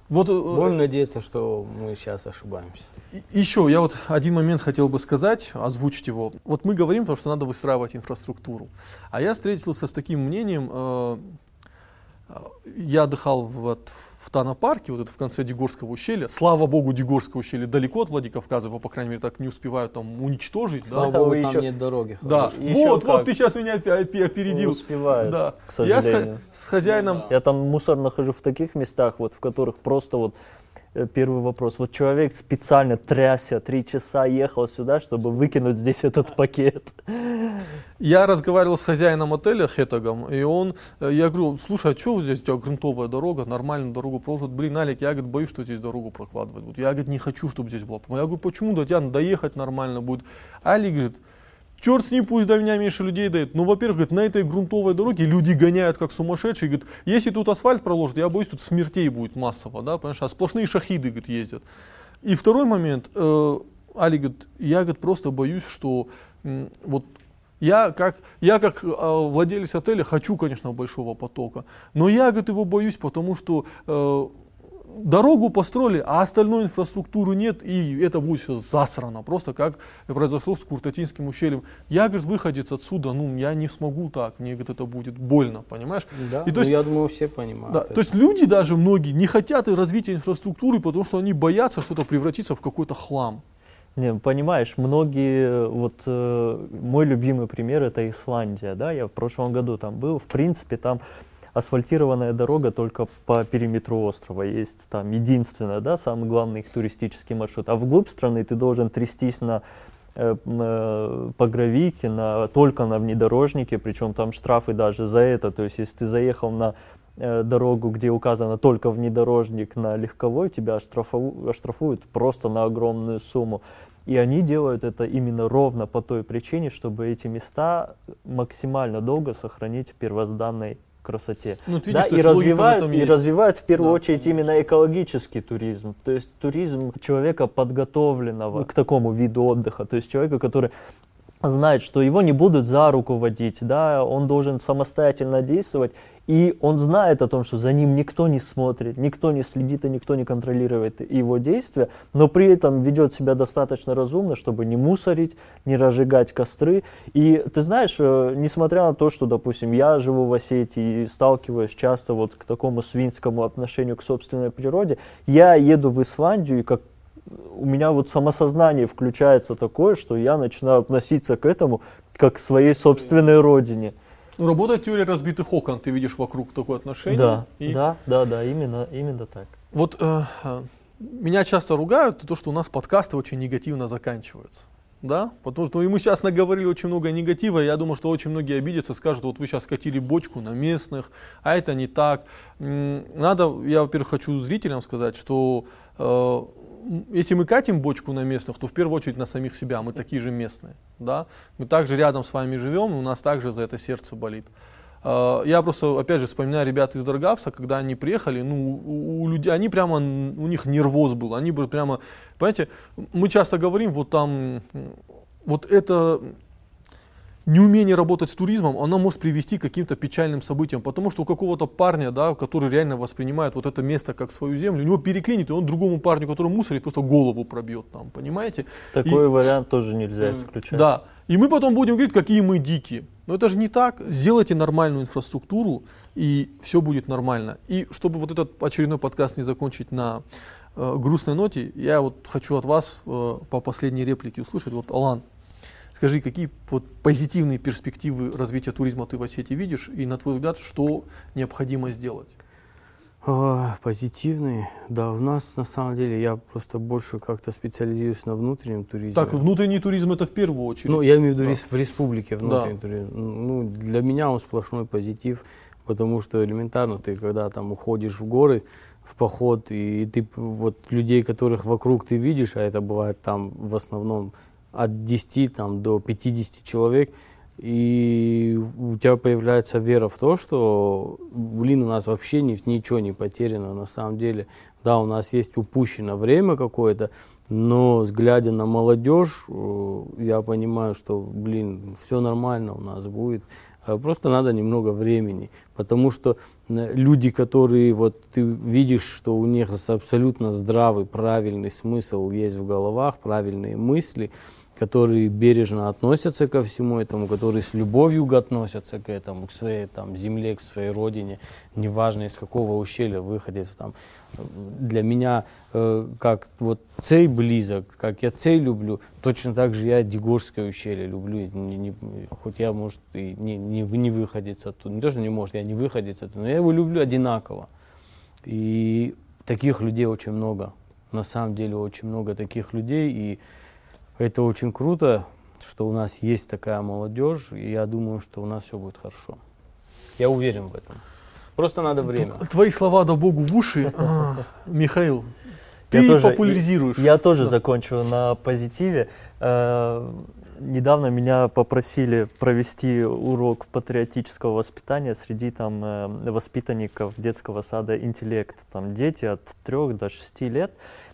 Вот, Будем надеяться, что мы сейчас ошибаемся. еще я вот один момент хотел бы сказать, озвучить его. Вот мы говорим, потому что надо выстраивать инфраструктуру. А я встретился с таким мнением, я отдыхал в Тано-парке, вот это в конце Дегорского ущелья. Слава богу, Дегорское ущелье далеко от Владикавказа, его, по крайней мере, так не успевают там уничтожить. Слава да? богу, Вы там еще- нет дороги. Да, Еще вот, как. ты сейчас меня опередил. Успевают, Да. к Я сожалению. с хозяином... Я там мусор нахожу в таких местах, вот, в которых просто вот первый вопрос. Вот человек специально трясся, 3 часа ехал сюда, чтобы выкинуть здесь этот пакет. Я разговаривал с хозяином отеля Хетагом, и я говорю, слушай, а что здесь у тебя грунтовая дорога, нормальную дорогу проложат? Блин, Алик, я, говорит, боюсь, что здесь дорогу прокладывать будут. Я, говорит, не хочу, чтобы здесь была. Я говорю, почему? До тебя доехать нормально будет. Алик говорит, черт с ним, пусть до меня меньше людей дает. Ну, во-первых, говорит, на этой грунтовой дороге люди гоняют как сумасшедшие. Говорит, если тут асфальт проложат, я боюсь, тут смертей будет массово, да, понимаешь, а сплошные шахиды, говорит, ездят. И второй момент, Алик говорит, я, говорит, просто боюсь, что вот я как владелец отеля хочу, конечно, большого потока, но я, говорит, его боюсь, потому что дорогу построили, а остальной инфраструктуры нет, и это будет все засрано, просто как произошло с Куртатинским ущельем. Я, говорит, выходец отсюда, я не смогу так, мне, говорит, это будет больно, понимаешь? Да, И то есть, я думаю, все понимают. да, это. то есть люди даже многие не хотят развития инфраструктуры, потому что они боятся, что это превратится в какой-то хлам. Не, понимаешь, многие, вот мой любимый пример это Исландия, да, я в прошлом году там был, в принципе там асфальтированная дорога только по периметру острова есть, там единственное, да, самый главный их туристический маршрут, а вглубь страны ты должен трястись по гравийке, только на внедорожнике, причем там штрафы даже за это, то есть если ты заехал на дорогу, где указано только внедорожник на легковой, тебя оштрафуют просто на огромную сумму. И они делают это именно ровно по той причине, чтобы эти места максимально долго сохранить в первозданной красоте. Ну, ты Да, видишь, то есть логика в этом есть. развивают в первую Да, очередь именно экологический туризм. То есть туризм человека, подготовленного к такому виду отдыха. То есть человека, который знает, что его не будут за руку водить, да, он должен самостоятельно действовать, и он знает о том, что за ним никто не смотрит, никто не следит и никто не контролирует его действия, но при этом ведет себя достаточно разумно, чтобы не мусорить, не разжигать костры. И ты знаешь, несмотря на то, что, допустим, я живу в Осетии и сталкиваюсь часто вот к такому свинскому отношению к собственной природе, я еду в Исландию, и как у меня вот самосознание включается такое, что я начинаю относиться к этому как к своей собственной родине. Работает теория разбитых окон, ты видишь вокруг такое отношение. Да, и да, именно так. Вот меня часто ругают за то, что у нас подкасты очень негативно заканчиваются. Да? Потому что мы сейчас наговорили очень много негатива, и я думаю, что очень многие обидятся, скажут, вот вы сейчас катили бочку на местных, а это не так. Я, во-первых, хочу зрителям сказать, что если мы катим бочку на местных, то в первую очередь на самих себя, мы такие же местные. Да? Мы также рядом с вами живем, у нас также за это сердце болит. Я просто, опять же, вспоминаю ребят из Даргавса, когда они приехали, у людей, они прямо, у них нервоз был, они были прямо, понимаете, мы часто говорим, вот там, вот это неумение работать с туризмом, оно может привести к каким-то печальным событиям, потому что у какого-то парня, да, который реально воспринимает вот это место как свою землю, у него переклинит, и он другому парню, который мусорит, просто голову пробьет там, понимаете? Такой вариант тоже нельзя исключать. Да, и мы потом будем говорить, какие мы дикие. Но это же не так. Сделайте нормальную инфраструктуру, и все будет нормально. И чтобы вот этот очередной подкаст не закончить на грустной ноте, я вот хочу от вас по последней реплике услышать. Вот, Алан, скажи, какие вот позитивные перспективы развития туризма ты в Осетии видишь, и на твой взгляд, что необходимо сделать? Позитивные. Да, у нас на самом деле я просто больше как-то специализируюсь на внутреннем туризме. Так, внутренний туризм это в первую очередь. Ну, я имею в виду Да. в республике внутренний туризм. Ну, для меня он сплошной позитив, потому что элементарно ты, когда там уходишь в горы, в поход, и ты вот людей, которых вокруг ты видишь, а это бывает там в основном от 10 там, до 50 человек, и у тебя появляется вера в то, что, блин, у нас вообще ничего не потеряно на самом деле. Да, у нас есть упущено время какое-то, но глядя на молодежь, я понимаю, что, блин, все нормально у нас будет. Просто надо немного времени, потому что люди, которые вот ты видишь, что у них абсолютно здравый, правильный смысл есть в головах, правильные мысли, которые бережно относятся ко всему этому, которые с любовью относятся к этому, к своей там, земле, к своей родине, неважно из какого ущелья выходец. Там. Для меня как вот цей близок, как я цей люблю, точно так же я Дегорское ущелье люблю. Хоть я, может, и не выходец оттуда, не то, что не может, я не выходец оттуда, но я его люблю одинаково. И таких людей очень много, на самом деле очень много таких людей, и это очень круто, что у нас есть такая молодежь, и я думаю, что у нас все будет хорошо. Я уверен в этом. Просто надо время. Твои слова да Богу в уши, Михаил. Ты популяризируешь. Я тоже закончу на позитиве. Недавно меня попросили провести урок патриотического воспитания среди там воспитанников детского сада «Интеллект». Там дети от 3 до 6 лет.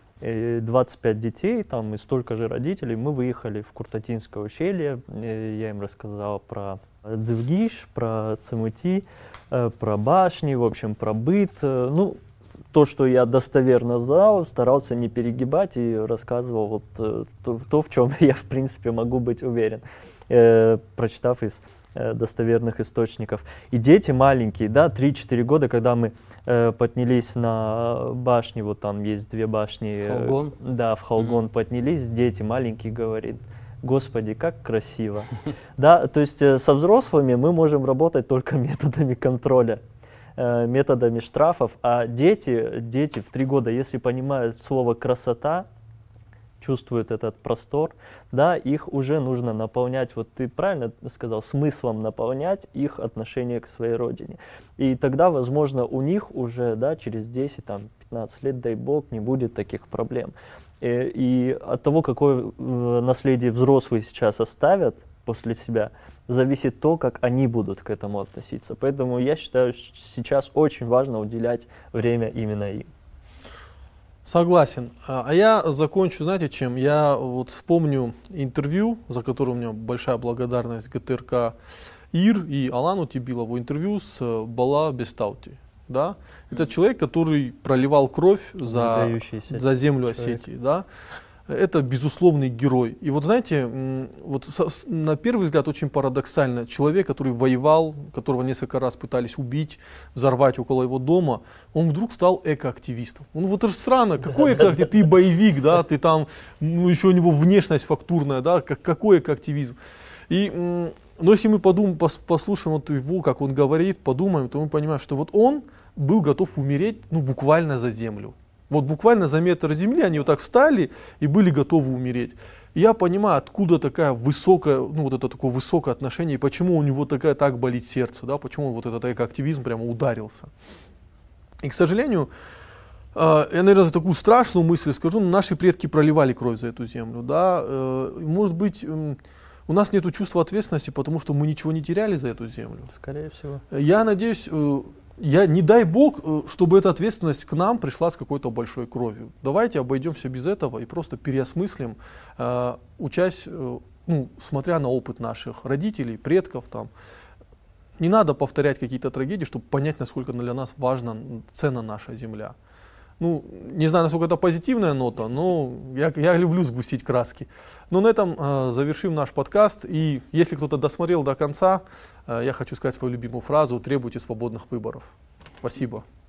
25 детей, там и столько же родителей. Мы выехали в Куртатинское ущелье. Я им рассказал про Дзывгиш, про Цимути, про башни, в общем, про быт. Ну, то, что я достоверно знал, старался не перегибать и рассказывал вот то, в чем я, в принципе, могу быть уверен, прочитав из достоверных источников. И дети маленькие, да, 3-4 года, когда мы поднялись на башни, вот там есть 2 башни. Халгон? Да, в Халгон поднялись, дети маленькие, говорит, Господи, как красиво. Да, то есть со взрослыми мы можем работать только методами контроля, методами штрафов, а дети в 3 года, если понимают слово «красота», чувствуют этот простор, да, их уже нужно наполнять, вот ты правильно сказал, смыслом наполнять их отношение к своей родине. И тогда, возможно, у них уже, да, через 10-15 лет, дай бог, не будет таких проблем. И от того, какое наследие взрослые сейчас оставят после себя, зависит то, как они будут к этому относиться. Поэтому я считаю, что сейчас очень важно уделять время именно им. Согласен. А я закончу, знаете, чем? Я вот вспомню интервью, за которое у меня большая благодарность ГТРК ИР и Алану Тибилову, интервью с Бала Бестаути. Да? Это человек, который проливал кровь за землю Осетии. Да? Это безусловный герой. И вот знаете, вот на первый взгляд очень парадоксально. Человек, который воевал, которого несколько раз пытались убить, взорвать около его дома, он вдруг стал экоактивистом. Ну вот это же странно, какой экоактивист? Ты боевик, да, ты там, ну еще у него внешность фактурная, да, какой экоактивизм? И, но если мы послушаем вот его, как он говорит, подумаем, то мы понимаем, что вот он был готов умереть, ну буквально за землю. Вот буквально за метр земли они вот так встали и были готовы умереть. И я понимаю, откуда такая высокая, ну вот это такое высокое отношение, и почему у него так болит сердце, да, почему вот этот экоактивизм прямо ударился. И, к сожалению, я, наверное, такую страшную мысль скажу, но наши предки проливали кровь за эту землю, да, может быть, у нас нет чувства ответственности, потому что мы ничего не теряли за эту землю. Скорее всего. Я надеюсь, не дай бог, чтобы эта ответственность к нам пришла с какой-то большой кровью. Давайте обойдемся без этого и просто переосмыслим, учась, ну, смотря на опыт наших родителей, предков. Там. Не надо повторять какие-то трагедии, чтобы понять, насколько для нас важна, ценна наша земля. Ну, не знаю, насколько это позитивная нота, но я люблю сгустить краски. Но на этом завершим наш подкаст. И если кто-то досмотрел до конца, я хочу сказать свою любимую фразу: требуйте свободных выборов. Спасибо.